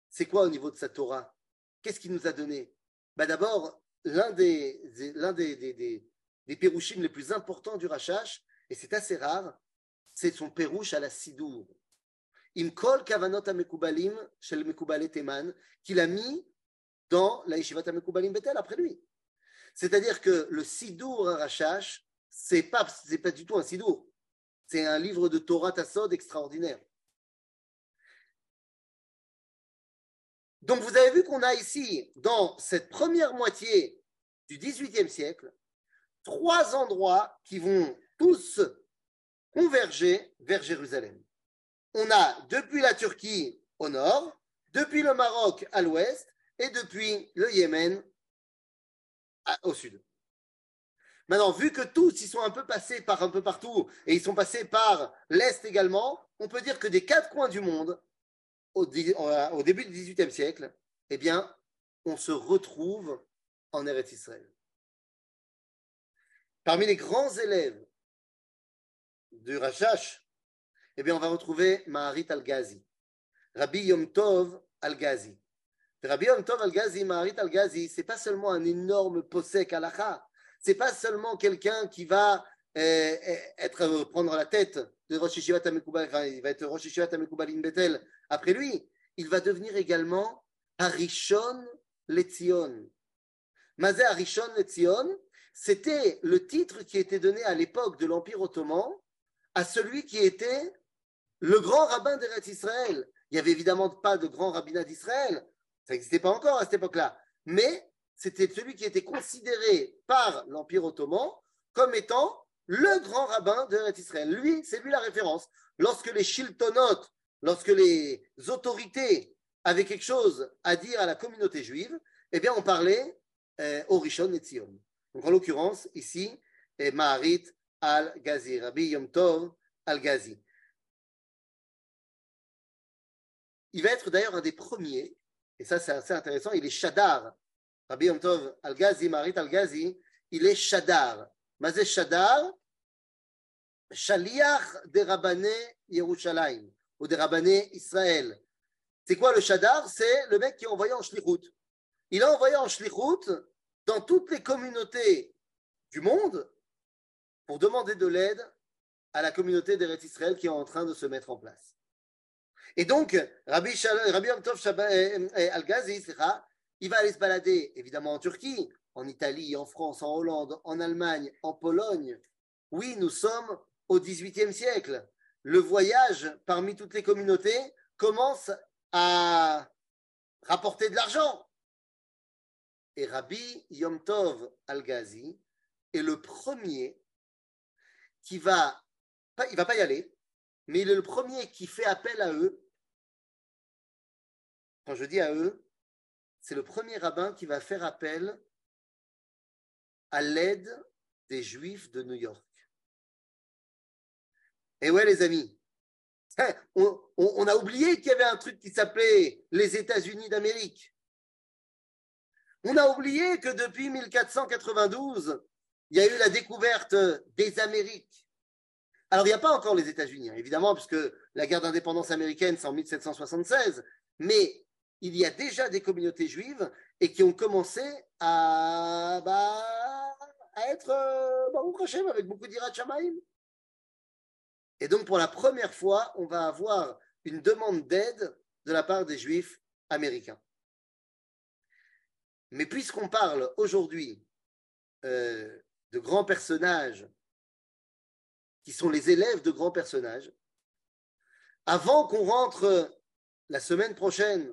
c'est quoi au niveau de sa Torah? Qu'est-ce qu'il nous a donné? Bah d'abord, l'un des, l'un des, des, des, des pérouchim les plus importants du Rashash, et c'est assez rare, c'est son pérouche à la Sidour. Im kol kavanot ha-mekubalim shel mekubalei Teman, qu'il a mis dans la Yeshivat ha-mekubalim Bethel après lui. C'est-à-dire que le Sidour Rashash, c'est pas, c'est pas du tout un Sidour. C'est un livre de Torah Tassod extraordinaire. Donc vous avez vu qu'on a ici, dans cette première moitié du dix-huitième siècle, trois endroits qui vont tous converger vers Jérusalem. On a depuis la Turquie au nord, depuis le Maroc à l'ouest et depuis le Yémen à, au sud. Maintenant, vu que tous ils sont un peu passés par un peu partout et ils sont passés par l'est également, on peut dire que des quatre coins du monde, au, au début du dix-huitième siècle, eh bien, on se retrouve en Eretz Israël. Parmi les grands élèves du Rashash, eh bien, on va retrouver Maharit Al-Ghazi, Rabbi Yom Tov Al-Ghazi. Rabbi Yom Tov Al-Ghazi, Maharit Al-Ghazi, c'est pas seulement un énorme posek halacha, c'est pas seulement quelqu'un qui va euh, être prendre la tête de Rosh Yeshivat HaMekubalim, enfin, il va être Rosh Yeshivat HaMekubalim Bethel après lui, il va devenir également Harishon Letzion. Mazé Harishon Letzion, c'était le titre qui était donné à l'époque de l'Empire ottoman à celui qui était le grand rabbin d'Eretz Israël. Il n'y avait évidemment pas de grand rabbinat d'Israël, ça n'existait pas encore à cette époque-là, mais c'était celui qui était considéré par l'Empire ottoman comme étant le grand rabbin d'Eretz Israël. Lui, c'est lui la référence. Lorsque les shiltonot, lorsque les autorités avaient quelque chose à dire à la communauté juive, eh bien on parlait euh, au Rishon Letzion. Donc en l'occurrence, ici, eh, Maharit Al-Ghazi, Rabbi Yom Tov Al-Ghazi. Il va être d'ailleurs un des premiers, et ça c'est assez intéressant, il est Shadar. Rabbi Yom Tov Al-Ghazi, Maharit Al-Ghazi, il est Shadar. Mazé Shadar, Shaliach de Rabbané Yerushalayim, ou de Rabbané Israël. C'est quoi le Shadar? C'est le mec qui est envoyé en Shlichut. Il a envoyé en Shlichut dans toutes les communautés du monde pour demander de l'aide à la communauté d'Eretz Israël qui est en train de se mettre en place. Et donc, Rabbi, Rabbi Yom Tov Al-Ghazi, il va aller se balader évidemment en Turquie, en Italie, en France, en Hollande, en Allemagne, en Pologne. Oui, nous sommes au dix-huitième siècle. Le voyage parmi toutes les communautés commence à rapporter de l'argent. Et Rabbi Yom Tov Al-Ghazi est le premier qui va, il ne va pas y aller, mais il est le premier qui fait appel à eux. Quand je dis à eux, c'est le premier rabbin qui va faire appel à l'aide des Juifs de New York. Et ouais, les amis, on, on, on a oublié qu'il y avait un truc qui s'appelait les États-Unis d'Amérique. On a oublié que depuis mille quatre cent quatre-vingt-douze, il y a eu la découverte des Amériques. Alors, il n'y a pas encore les États-Unis, hein, évidemment, puisque la guerre d'indépendance américaine, c'est en mille sept cent soixante-seize, mais il y a déjà des communautés juives et qui ont commencé à, bah, à être euh, Baruch Hashem, avec beaucoup d'Irat Shamayim. Et donc, pour la première fois, on va avoir une demande d'aide de la part des Juifs américains. Mais puisqu'on parle aujourd'hui euh, de grands personnages qui sont les élèves de grands personnages, avant qu'on rentre la semaine prochaine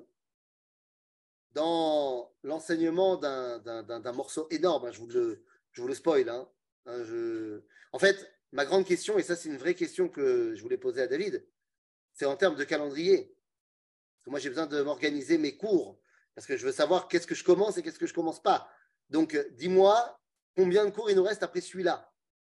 dans l'enseignement d'un, d'un, d'un, d'un morceau énorme, hein, je, vous le, je vous le spoil, hein, hein, je... en fait, ma grande question, et ça c'est une vraie question que je voulais poser à David, c'est en termes de calendrier. Parce que moi j'ai besoin de m'organiser mes cours, parce que je veux savoir qu'est-ce que je commence et qu'est-ce que je ne commence pas. Donc dis-moi combien de cours il nous reste après celui-là.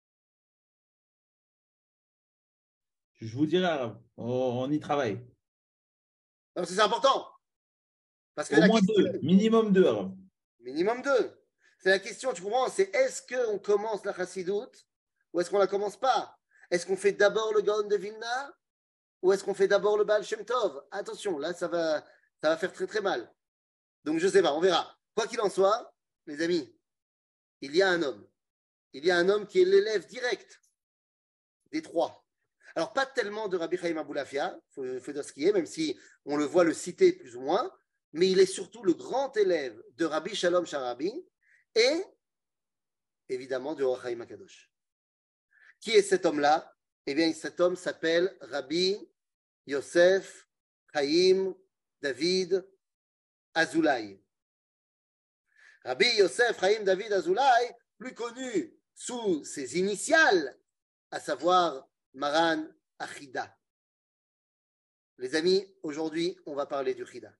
Je vous dirai, on y travaille. Non, c'est important. Parce que Au la moins question, deux, minimum deux. Alors. Minimum deux. C'est la question, tu comprends, c'est est-ce qu'on commence la Chassidoute ou est-ce qu'on ne la commence pas? Est-ce qu'on fait d'abord le Gaon de Vilna ou est-ce qu'on fait d'abord le Baal Shem Tov? Attention, là, ça va, Ça va faire très très mal. Donc je ne sais pas, on verra. Quoi qu'il en soit, les amis, il y a un homme. Il y a un homme qui est l'élève direct des trois. Alors pas tellement de Rabbi Chaim Aboulafia, il faut dire ce qui est, même si on le voit le citer plus ou moins, mais il est surtout le grand élève de Rabbi Shalom Sharabi et évidemment de Or Chaim HaKadosh. Qui est cet homme-là? Eh bien, cet homme s'appelle Rabbi Yosef Chaim David Azoulay. Rabbi Yosef Chaim David Azoulay, plus connu sous ses initiales, à savoir Maran Achida. Les amis, aujourd'hui, on va parler du Chida.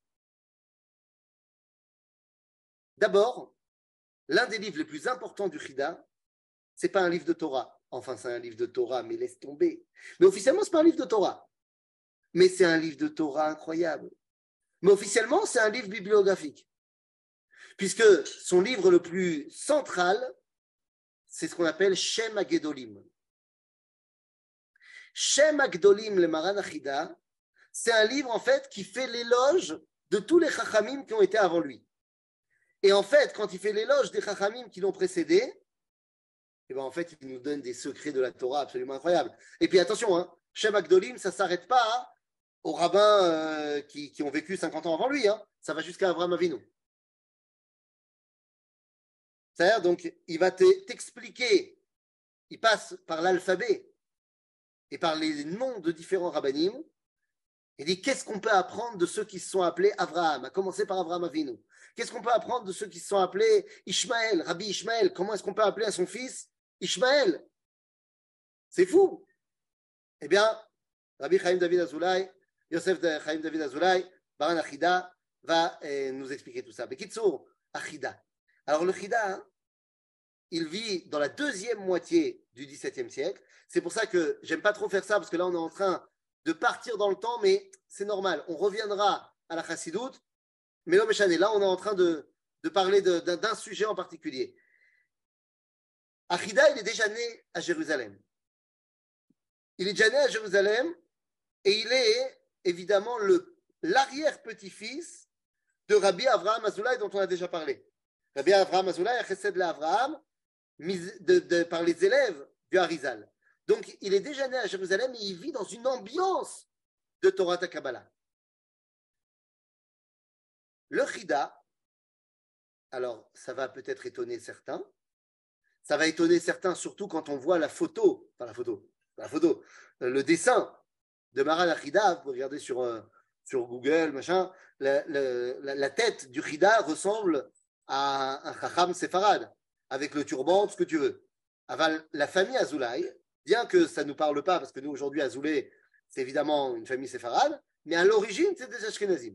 D'abord, l'un des livres les plus importants du Chida, ce n'est pas un livre de Torah. Enfin, c'est un livre de Torah, mais laisse tomber. Mais officiellement, ce n'est pas un livre de Torah. Mais c'est un livre de Torah incroyable. Mais officiellement, c'est un livre bibliographique. Puisque son livre le plus central, c'est ce qu'on appelle Shem HaGedolim. Shem HaGedolim, le Maran Achida, c'est un livre en fait qui fait l'éloge de tous les Chachamim qui ont été avant lui. Et en fait, quand il fait l'éloge des Chachamim qui l'ont précédé, et ben en fait, il nous donne des secrets de la Torah absolument incroyables. Et puis attention, hein, Shem HaGedolim, ça ne s'arrête pas hein, aux rabbins euh, qui, qui ont vécu cinquante ans avant lui. Hein. Ça va jusqu'à Avraham Avinu. C'est-à-dire, donc, il va t'expliquer, il passe par l'alphabet et par les noms de différents rabbanim. Il dit, qu'est-ce qu'on peut apprendre de ceux qui se sont appelés Avraham, à commencer par Avraham Avinu? Qu'est-ce qu'on peut apprendre de ceux qui se sont appelés Ishmaël, Rabbi Ishmaël? Comment est-ce qu'on peut appeler à son fils Ishmaël? C'est fou. Eh bien, Rabbi Chaim David Azoulay, Yosef Chaim David Azoulay, Maran Achida, va eh, nous expliquer tout ça. Bekitsour, Achida. Alors le Chida, hein, il vit dans la deuxième moitié du dix-septième siècle. C'est pour ça que j'aime pas trop faire ça, parce que là on est en train de partir dans le temps, mais c'est normal. On reviendra à la Chassidoute, mais l'homme échané, là on est en train de, de parler de, d'un, d'un sujet en particulier. Achida, il est déjà né à Jérusalem. Il est déjà né à Jérusalem et il est évidemment le, l'arrière-petit-fils de Rabbi Avraham Azoulay dont on a déjà parlé. Rabbi Avraham Azoulay, Chesed l'Avraham, de, de, par les élèves du Harizal. Donc, il est déjà né à Jérusalem et il vit dans une ambiance de Torah Kabbalah. Le Chida, alors ça va peut-être étonner certains, ça va étonner certains surtout quand on voit la photo, enfin la photo, la photo, le dessin de Maran Achida, vous regardez sur, euh, sur Google, machin, la, la, la tête du Chida ressemble à un Chacham séfarade, avec le turban, tout ce que tu veux. Aval, la famille Azoulay, bien que ça ne nous parle pas, parce que nous aujourd'hui, Azoulay, c'est évidemment une famille séfarade, mais à l'origine, c'est des Ashkenazim.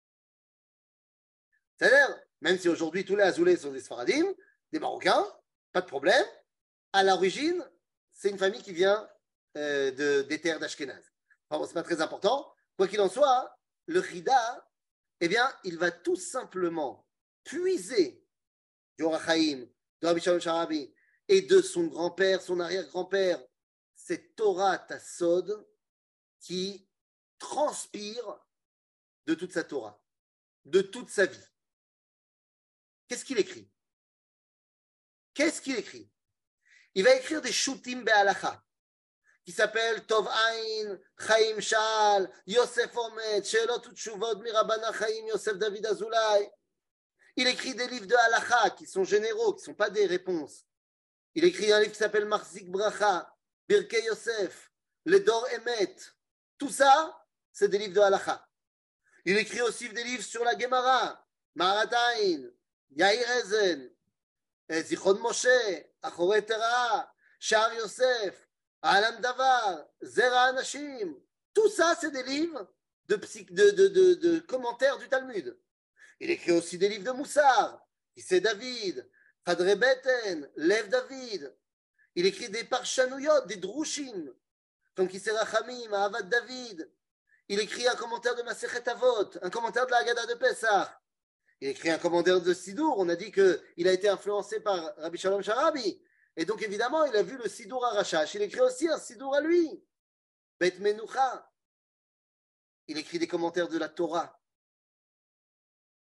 C'est-à-dire, même si aujourd'hui tous les Azoulay sont des Sfaradim, des Marocains, pas de problème, à l'origine, c'est une famille qui vient euh, de, des terres d'Ashkenaz. Enfin, bon, c'est pas très important. Quoi qu'il en soit, le Chida, eh bien, il va tout simplement puiser du Or HaChaim, de Rabbi Shalom Sharabi et de son grand-père, son arrière-grand-père, cette Torah Tassod qui transpire de toute sa Torah, de toute sa vie. Qu'est-ce qu'il écrit? Qu'est-ce qu'il écrit? Il va écrire des Shutim Be'alacha qui s'appellent Tov Ain, Chaim Shal, Yosef Omet, Shelot Utshuvot Mirabana Chaim, Yosef David Azoulay. Il écrit des livres de halacha qui sont généraux, qui ne sont pas des réponses. Il écrit un livre qui s'appelle Marzik Bracha, Birkei Yosef, Le Dor Emet. Tout ça, c'est des livres de halacha. Il écrit aussi des livres sur la Gemara, Maharatain, Yair Ezen, Zichron Moshe, Achorei Terah, Sha'ar Yosef, Alam Davar, Zera Anashim. Tout ça, c'est des livres de, de, de, de, de commentaires du Talmud. Il écrit aussi des livres de Moussar, Issei David, Chadrei Beten, Lev David. Il écrit des Parshanouyot, des Drushim, comme Kisei Rachamim, Ahavat David. Il écrit un commentaire de Masechet Avot, un commentaire de la Haggadah de Pessah. Il écrit un commentaire de Sidour. On a dit qu'il a été influencé par Rabbi Shalom Sharabi. Et donc, évidemment, il a vu le Sidour à Rashash. Il écrit aussi un Sidour à lui. Bet Menucha. Il écrit des commentaires de la Torah.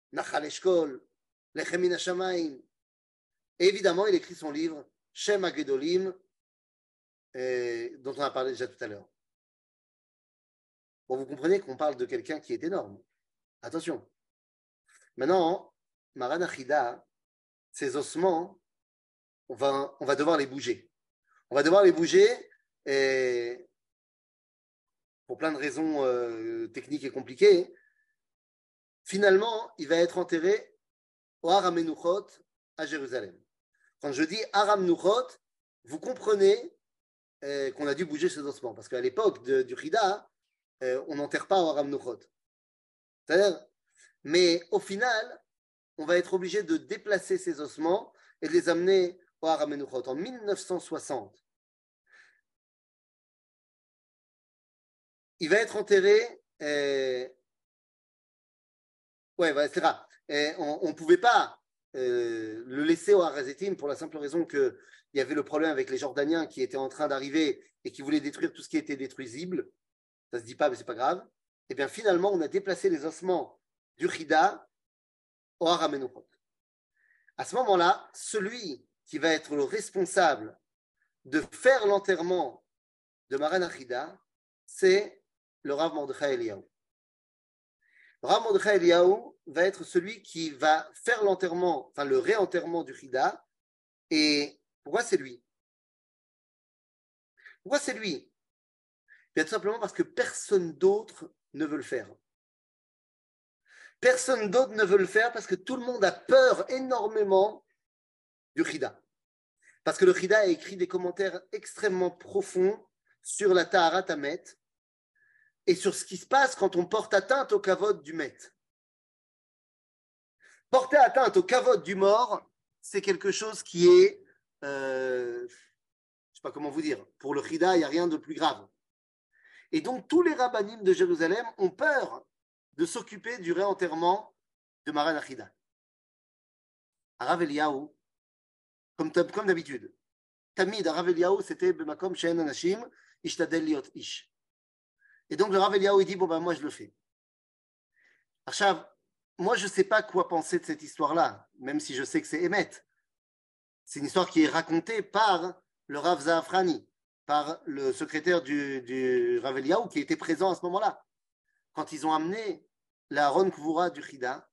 Nachal Eshkol, Lechem Min Hashamayim. Et évidemment, il écrit son livre Shem HaGedolim, euh, dont on a parlé déjà tout à l'heure. Bon, vous comprenez qu'on parle de quelqu'un qui est énorme. Attention. Maintenant, Maran Achida, ses ossements, on va, on va devoir les bouger. On va devoir les bouger et, pour plein de raisons euh, techniques et compliquées. Finalement, il va être enterré au Har HaMenuchot à Jérusalem. Quand je dis Har HaMenuchot, vous comprenez euh, qu'on a dû bouger ses ossements. Parce qu'à l'époque de, du Chida, euh, on n'enterre pas au Har HaMenuchot. C'est-à-dire, mais au final, on va être obligé de déplacer ces ossements et de les amener au Har HaMenuchot. En mille neuf cent soixante, il va être enterré. Euh, ouais, ouais, c'est rare. Et on ne pouvait pas euh, le laisser au Har HaZeitim pour la simple raison qu'il y avait le problème avec les Jordaniens qui étaient en train d'arriver et qui voulaient détruire tout ce qui était détruisible. Ça ne se dit pas, mais ce n'est pas grave. Et bien finalement, on a déplacé les ossements du Chida au Har HaMenuchot. À ce moment-là, celui qui va être le responsable de faire l'enterrement de Maran Achida, c'est le Rav Mordechai Eliyahu. Le Rav Mordechai Eliyahu va être celui qui va faire l'enterrement, enfin le réenterrement du Chida. Et pourquoi c'est lui? Pourquoi c'est lui? Bien tout simplement parce que personne d'autre ne veut le faire. Personne d'autre ne veut le faire parce que tout le monde a peur énormément du Chida. Parce que le Chida a écrit des commentaires extrêmement profonds sur la Taharat Hamet et sur ce qui se passe quand on porte atteinte au kavod du Met. Porter atteinte au kavod du mort, c'est quelque chose qui est, euh, je ne sais pas comment vous dire, pour le Chida, il n'y a rien de plus grave. Et donc, tous les rabbanim de Jérusalem ont peur de s'occuper du réenterrement de Maran Achida. Arav Eliyahu, comme, comme d'habitude, Tamid, Arav Eliyahu, c'était Bemakom She'en Anashim, Ishtadel Liot Ish. Et donc, le Rav Eliyahu, il dit, bon, ben, moi, je le fais. Achav, moi, je ne sais pas quoi penser de cette histoire-là, même si je sais que c'est Emet. C'est une histoire qui est racontée par le Rav Za'afrani, par le secrétaire du, du Rav Eliyahu, qui était présent à ce moment-là. Quand ils ont amené la Aron Kvura du Chida,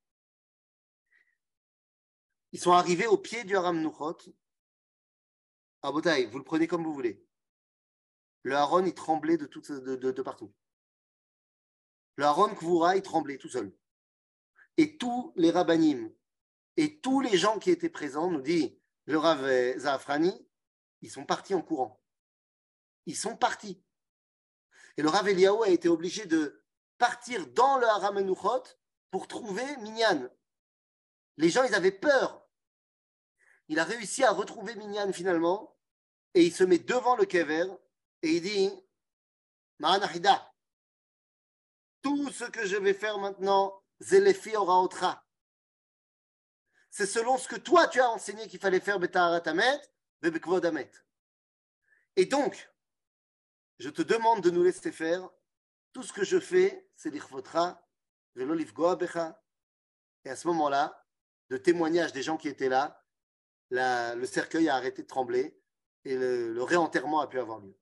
ils sont arrivés au pied du Har HaMenuchot. Ah, Botaï, vous le prenez comme vous voulez. Le Aaron, il tremblait de, tout, de, de, de partout. Le Aaron Kvura, il tremblait tout seul. Et tous les rabbanim et tous les gens qui étaient présents, nous dit le Rav Za'afrani, ils sont partis en courant. Ils sont partis. Et le Rav Eliyahu a été obligé de partir dans le Har HaMenuchot pour trouver Minyan. Les gens, ils avaient peur. Il a réussi à retrouver Minyan finalement et il se met devant le kever et il dit Maran Achida, tout ce que je vais faire maintenant, Zelefi Oraotra. C'est selon ce que toi tu as enseigné qu'il fallait faire Betaharat Hamet, Bebekvod Hamet. Et donc, je te demande de nous laisser faire. Tout ce que je fais, c'est l'Ichvotra, Velo Lifgoa Becha. Et à ce moment-là, de témoignage des gens qui étaient là, la, le cercueil a arrêté de trembler et le, le réenterrement a pu avoir lieu.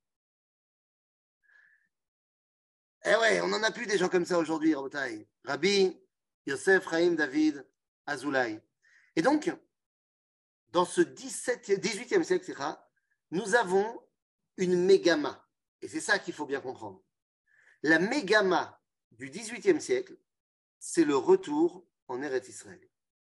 Eh ouais, on n'en a plus des gens comme ça aujourd'hui, Rabotai. Rabbi Yosef Chaim David Azoulay. Et donc, dans ce dix-huitième siècle, nous avons une mégama. Et c'est ça qu'il faut bien comprendre. La mégama du dix-huitième siècle, c'est le retour en Eretz Israël.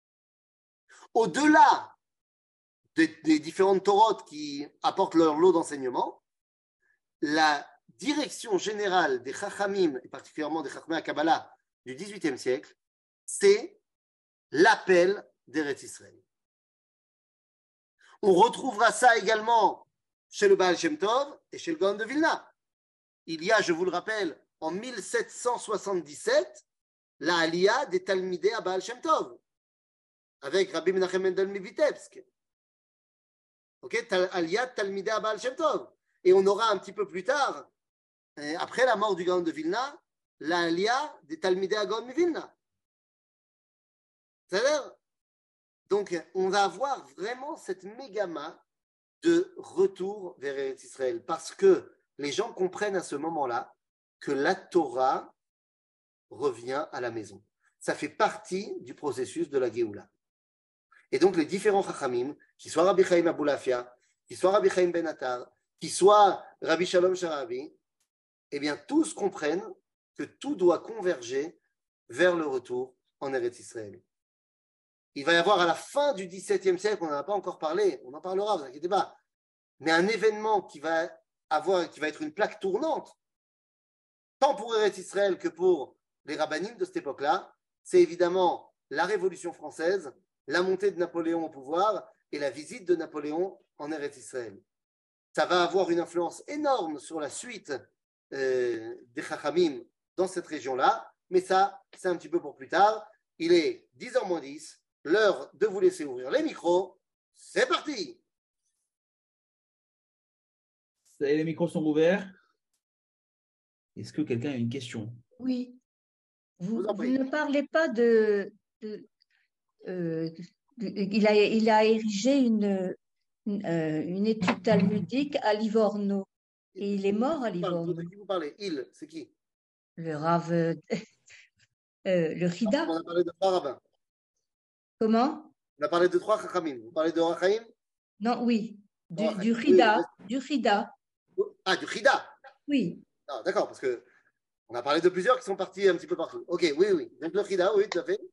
Au-delà des, des différentes Torotes qui apportent leur lot d'enseignement, la direction générale des Chachamim, et particulièrement des Chachamim à Kabbalah du dix-huitième siècle, c'est l'appel d'Eretz Israël. On retrouvera ça également chez le Baal Shem Tov et chez le Gaon de Vilna. Il y a, je vous le rappelle, en mille sept cent soixante-dix-sept, la Aliyah des Talmidei à Baal Shem Tov, avec Rabbi Menachem Mendel Mivitebsk. Ok, Aliyah Talmidei à Baal Shem Tov. Et on aura un petit peu plus tard, après la mort du Gaon de Vilna, la Aliyah des Talmidei à Gaon de Vilna. Ça a l'air. Donc, on va avoir vraiment cette mégama de retour vers Eretz Israël parce que les gens comprennent à ce moment-là que la Torah revient à la maison. Ça fait partie du processus de la Géoula. Et donc, les différents Chachamim, qu'ils soient Rabbi Chaim Aboulafia, qu'ils soient Rabbi Chaim Ben Attar, qu'ils soient Rabbi Shalom Sharabi, eh bien, tous comprennent que tout doit converger vers le retour en Eretz Israël. Il va y avoir à la fin du dix-septième siècle, on n'en a pas encore parlé, on en parlera, ne vous inquiétez pas, mais un événement qui va, avoir, qui va être une plaque tournante, tant pour Eretz Israël que pour les rabbinim de cette époque-là, c'est évidemment la Révolution française, la montée de Napoléon au pouvoir et la visite de Napoléon en Eretz Israël. Ça va avoir une influence énorme sur la suite euh, des Chachamim dans cette région-là, mais ça, c'est un petit peu pour plus tard. Il est dix heures moins dix, l'heure de vous laisser ouvrir les micros. C'est parti! Les micros sont ouverts. Est-ce que quelqu'un a une question? Oui. Vous, Vous en vous prie. ne parlez pas de. de, euh, de- il, a, il a érigé une, une, euh, une étude talmudique à Livorno. Et il est mort à Qui parle- Livorno. De qui vous parlez? Il, c'est qui? Le Rav. euh, euh, le Rida. On a parlé de trois rabbins. Comment? On a parlé de trois Chachamim. Vous parlez de Rachaim? Non, oui. Du, Rachaim. du Oui, Rida. oui. Du Rida. Ah, du Chida. Oui. Ah, d'accord, parce que on a parlé de plusieurs qui sont partis un petit peu partout. Ok, oui, oui. Donc le Chida, oui, tout à fait.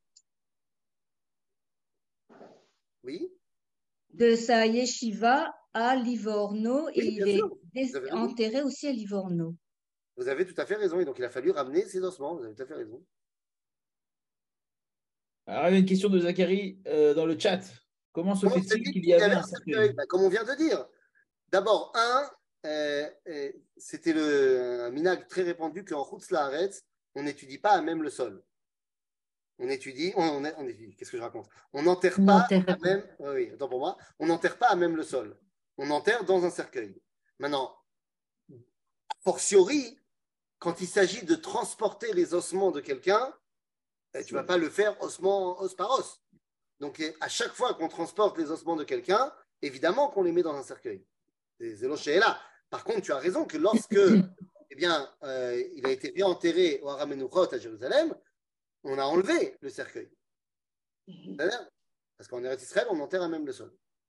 Oui, De sa yeshiva à Livorno. Et oui, il bien est sûr. des- Vous avez raison. enterré aussi à Livorno. Vous avez tout à fait raison. Et donc il a fallu ramener ses ossements. Vous avez tout à fait raison. Alors, il y a une question de Zachary euh, dans le chat. Comment se Comment se fait-il fait-il qu'il y avait un cercueil? Ben, comme on vient de dire. D'abord, un, euh, euh, c'était le, un minag très répandu qu'en Chutz Laaretz, on n'étudie pas à même le sol. On étudie, on, on, on étudie, qu'est-ce que je raconte? On n'enterre On pas n'enterre à pas. même, oui, oui, attends pour moi, on n'enterre pas à même le sol. On enterre dans un cercueil. Maintenant, a fortiori, quand il s'agit de transporter les ossements de quelqu'un, eh, tu ne vas pas le faire ossement, os par os. Donc, eh, à chaque fois qu'on transporte les ossements de quelqu'un, évidemment qu'on les met dans un cercueil. C'est Zéloché est là. Par contre, tu as raison que lorsque eh bien, euh, il a été réenterré au Haram Menuchot à Jérusalem, on a enlevé le cercueil. C'est-à-dire, parce qu'en Eretz Israël, on enterre à même le sol.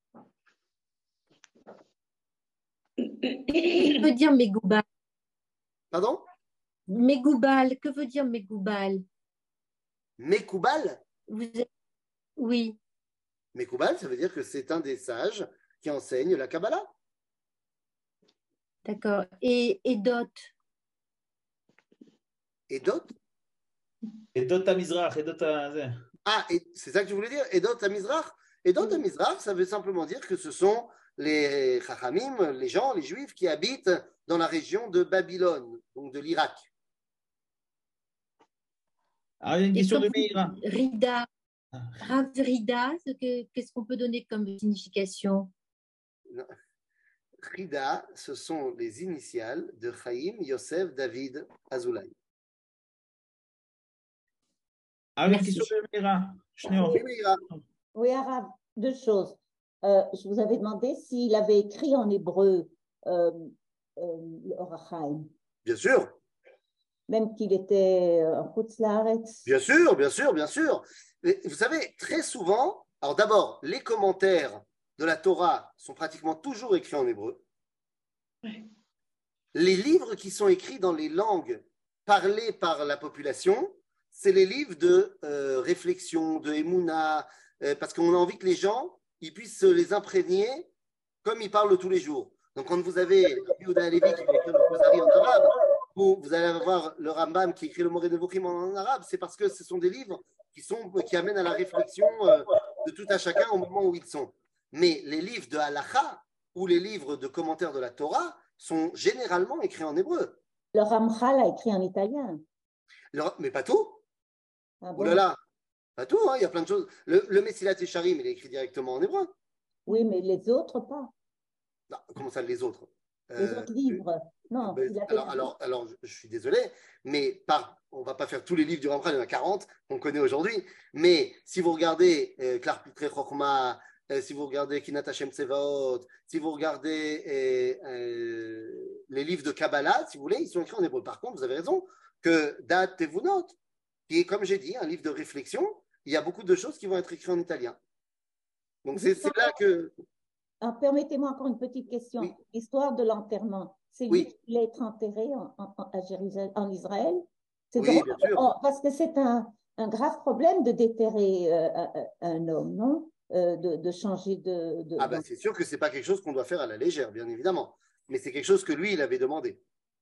Que veut dire Megoubal? Pardon? Megoubal, que veut dire Megoubal? Mekoubal? Vous êtes- Oui, Mekoubal, ça veut dire que c'est un des sages qui enseigne la Kabbalah. d'accord. Et, et Dot? Et d'autres? Et Dota Mizrach, et Dota. Ah, et c'est ça que tu voulais dire? Et d'autres à Mizrach? Et d'autres à Mizrach, ça veut simplement dire que ce sont les Chachamim, les gens, les Juifs qui habitent dans la région de Babylone, donc de l'Irak. Alors, il y a une Et question quand de vous Meira. dites Rida, Rav Rida, ce que- qu'est-ce qu'on peut donner comme signification? Rida, ce sont les initiales de Chaim Yosef David Azoulay. Alors, il y a une Merci. question de Meira. Schneor. Oui, Meira. Oui, Arabe, deux choses. Euh, je vous avais demandé s'il avait écrit en hébreu euh, euh, le Or HaChaim, Bien sûr, même qu'il était euh, en Chutz Laaretz. bien sûr, bien sûr, bien sûr. Mais vous savez, très souvent, alors d'abord, les commentaires de la Torah sont pratiquement toujours écrits en hébreu. Les livres qui sont écrits dans les langues parlées par la population, c'est les livres de euh, réflexion, de Emouna, euh, parce qu'on a envie que les gens ils puissent se les imprégner comme ils parlent tous les jours. Donc, quand vous avez Yehuda Halevi qui va écrire le Kuzari en arabe, ou vous allez avoir le Rambam qui écrit le Moreh Nevuchim en arabe, c'est parce que ce sont des livres qui, sont, qui amènent à la réflexion euh, de tout à chacun au moment où ils sont. Mais les livres de Halacha ou les livres de commentaires de la Torah sont généralement écrits en hébreu. Le Ramchal a écrit en italien. Le- mais pas tout. Ah Oh bon? là là, pas tout, hein, il y a plein de choses. Le, le Messilat Yesharim, il est écrit directement en hébreu. Oui, mais les autres pas. Non, comment ça, les autres? Les Euh, autres livres. Non, ben, il avait alors, alors, alors, je, je suis désolé, mais par, on ne va pas faire tous les livres du Rambam, il y en a quarante qu'on connaît aujourd'hui. Mais si vous regardez euh, Klar Pitre Chochma, euh, si vous regardez Kinat Hashem Tsevaot, si vous regardez euh, euh, les livres de Kabbalah, si vous voulez, ils sont écrits en hébreu. Par contre, vous avez raison que Dat Tevunot, qui est, comme j'ai dit, un livre de réflexion, il y a beaucoup de choses qui vont être écrites en italien. Donc, c'est c'est là que. Ah, permettez-moi encore une petite question. Oui. L'histoire de l'enterrement, c'est lui Oui. qui voulait être enterré en, en, à Jérusalem, en Israël. C'est Oui, drôle, bien sûr. oh, parce que c'est un, un grave problème de déterrer euh, un, un homme, non euh, de, de changer de. de Ah ben, c'est sûr que c'est pas quelque chose qu'on doit faire à la légère, bien évidemment. Mais c'est quelque chose que lui, il avait demandé.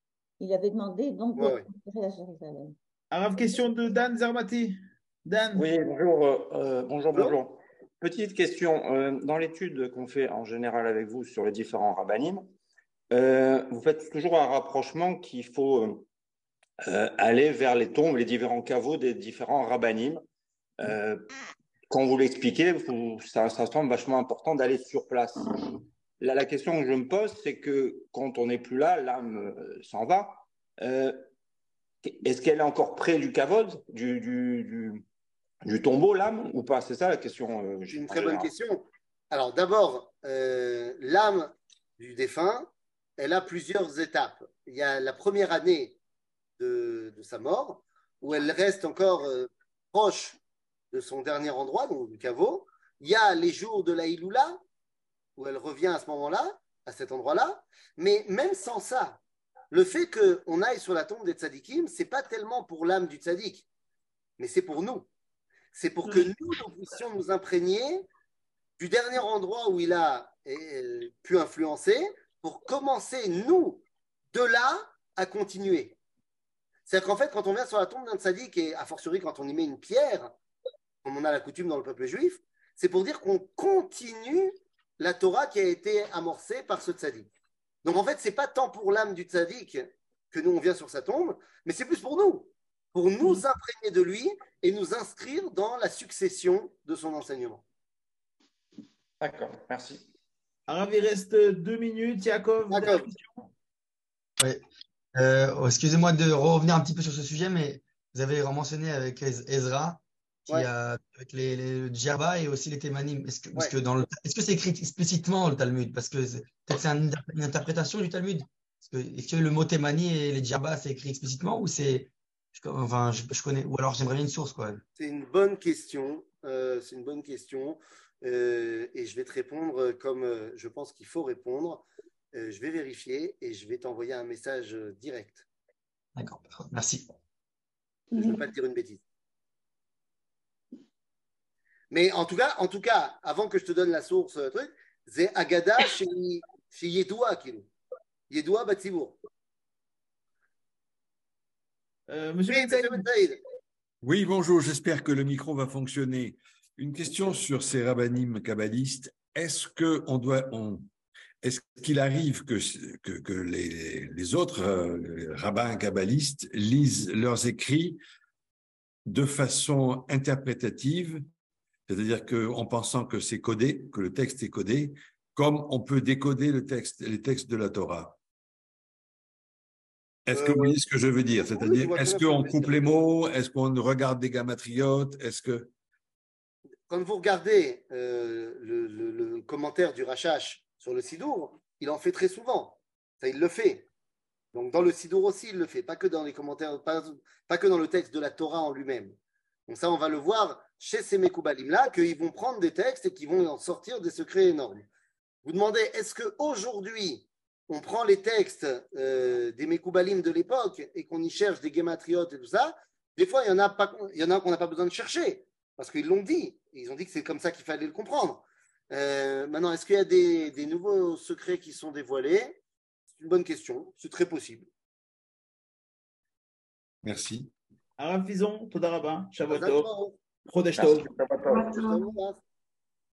Il avait demandé donc Ouais, d'être ouais. enterré à Jérusalem. Alors, question de Dan Zermati. Dan. Oui, bonjour, euh, bonjour, Bonjour. bonjour. Petite question. Euh, dans l'étude qu'on fait en général avec vous sur les différents rabbinim, euh, vous faites toujours un rapprochement qu'il faut euh, aller vers les tombes, les différents caveaux des différents rabbinim. Euh, quand vous l'expliquez, vous- ça, ça semble vachement important d'aller sur place. Là, la question que je me pose, c'est que quand on n'est plus là, l'âme euh, s'en va. Euh, est-ce qu'elle est encore près du kavod, du, du, du, du tombeau, l'âme, ou pas? C'est ça la question. Euh, C'est une en très bonne général. question. Alors, d'abord, euh, l'âme du défunt, elle a plusieurs étapes. Il y a la première année de, de sa mort, où elle reste encore euh, proche de son dernier endroit, donc du caveau. Il y a les jours de la Iloula, où elle revient à ce moment-là, à cet endroit-là. Mais même sans ça, le fait qu'on aille sur la tombe des tzadikim, ce n'est pas tellement pour l'âme du tzadik, mais c'est pour nous. C'est pour que nous, nous puissions nous imprégner du dernier endroit où il a euh, pu influencer, pour commencer, nous, de là, à continuer. C'est-à-dire qu'en fait, quand on vient sur la tombe d'un tzaddik, et a fortiori quand on y met une pierre, comme on a la coutume dans le peuple juif, c'est pour dire qu'on continue la Torah qui a été amorcée par ce tzaddik. Donc en fait, ce n'est pas tant pour l'âme du tzaddik que nous, on vient sur sa tombe, mais c'est plus pour nous, pour nous imprégner de lui et nous inscrire dans la succession de son enseignement. D'accord, merci. Alors, il reste deux minutes. Yaakov, vous avez D'accord. une question? Oui. Euh, oh, excusez-moi de revenir un petit peu sur ce sujet, mais vous avez mentionné avec Ez- Ezra, qui Ouais. a, avec les, les Djerba et aussi les Thémanim. Est-ce que, parce Ouais. que dans le, est-ce que c'est écrit explicitement dans le Talmud? Parce que c'est- peut-être c'est un- une interprétation du Talmud. Est-ce que, est-ce que le mot Thémani et les Djerba, c'est écrit explicitement ou c'est, je, enfin, je, je connais, ou alors j'aimerais bien une source, quoi. C'est une bonne question. Euh, c'est une bonne question. Euh, et je vais te répondre comme euh, je pense qu'il faut répondre. Euh, je vais vérifier et je vais t'envoyer un message euh, direct. D'accord, merci. Je ne veux pas te dire une bêtise. Mais en tout cas, en tout cas, avant que je te donne la source, euh, truc, c'est Agada chez, chez Yedoua, Kilo. Yedoua Batsibour. Euh, Monsieur Oui, Ben Saïd. monsieur Ben Saïd. Oui, bonjour, j'espère que le micro va fonctionner. Une question sur ces rabbinim kabbalistes. Est-ce que on doit, on, est-ce qu'il arrive que, que, que les, les autres euh, rabbins kabbalistes lisent leurs écrits de façon interprétative, c'est-à-dire qu'en pensant que c'est codé, que le texte est codé, comme on peut décoder le texte, les textes de la Torah? Est-ce que Euh, vous voyez ce que je veux dire? oui, je C'est-à-dire, vois très est-ce bien ce que qu'on tu veux coupe dire. les mots? Est-ce qu'on regarde des gamatriotes? Est-ce que… Quand vous regardez euh, le, le, le commentaire du Rachash sur le Sidour, il en fait très souvent. Ça, il le fait. Donc, dans le Sidour aussi, il le fait. Pas que dans les commentaires, pas, pas que dans le texte de la Torah en lui-même. Donc, ça, on va le voir chez ces Mekoubalim-là, qu'ils vont prendre des textes et qu'ils vont en sortir des secrets énormes. Vous demandez, est-ce qu'aujourd'hui, on prend les textes euh, des Mekoubalim de l'époque et qu'on y cherche des guématriotes et tout ça? Des fois, il y en a, pas, il y en a qu'on n'a pas besoin de chercher. Parce qu'ils l'ont dit. Ils ont dit que c'est comme ça qu'il fallait le comprendre. Euh, maintenant, est-ce qu'il y a des, des nouveaux secrets qui sont dévoilés? C'est une bonne question. C'est très possible. Merci. Arav Fison, Toda Rabba, Shabbat Mazal Tov, tov. Chodesh Merci. Tov. Shabbat tov.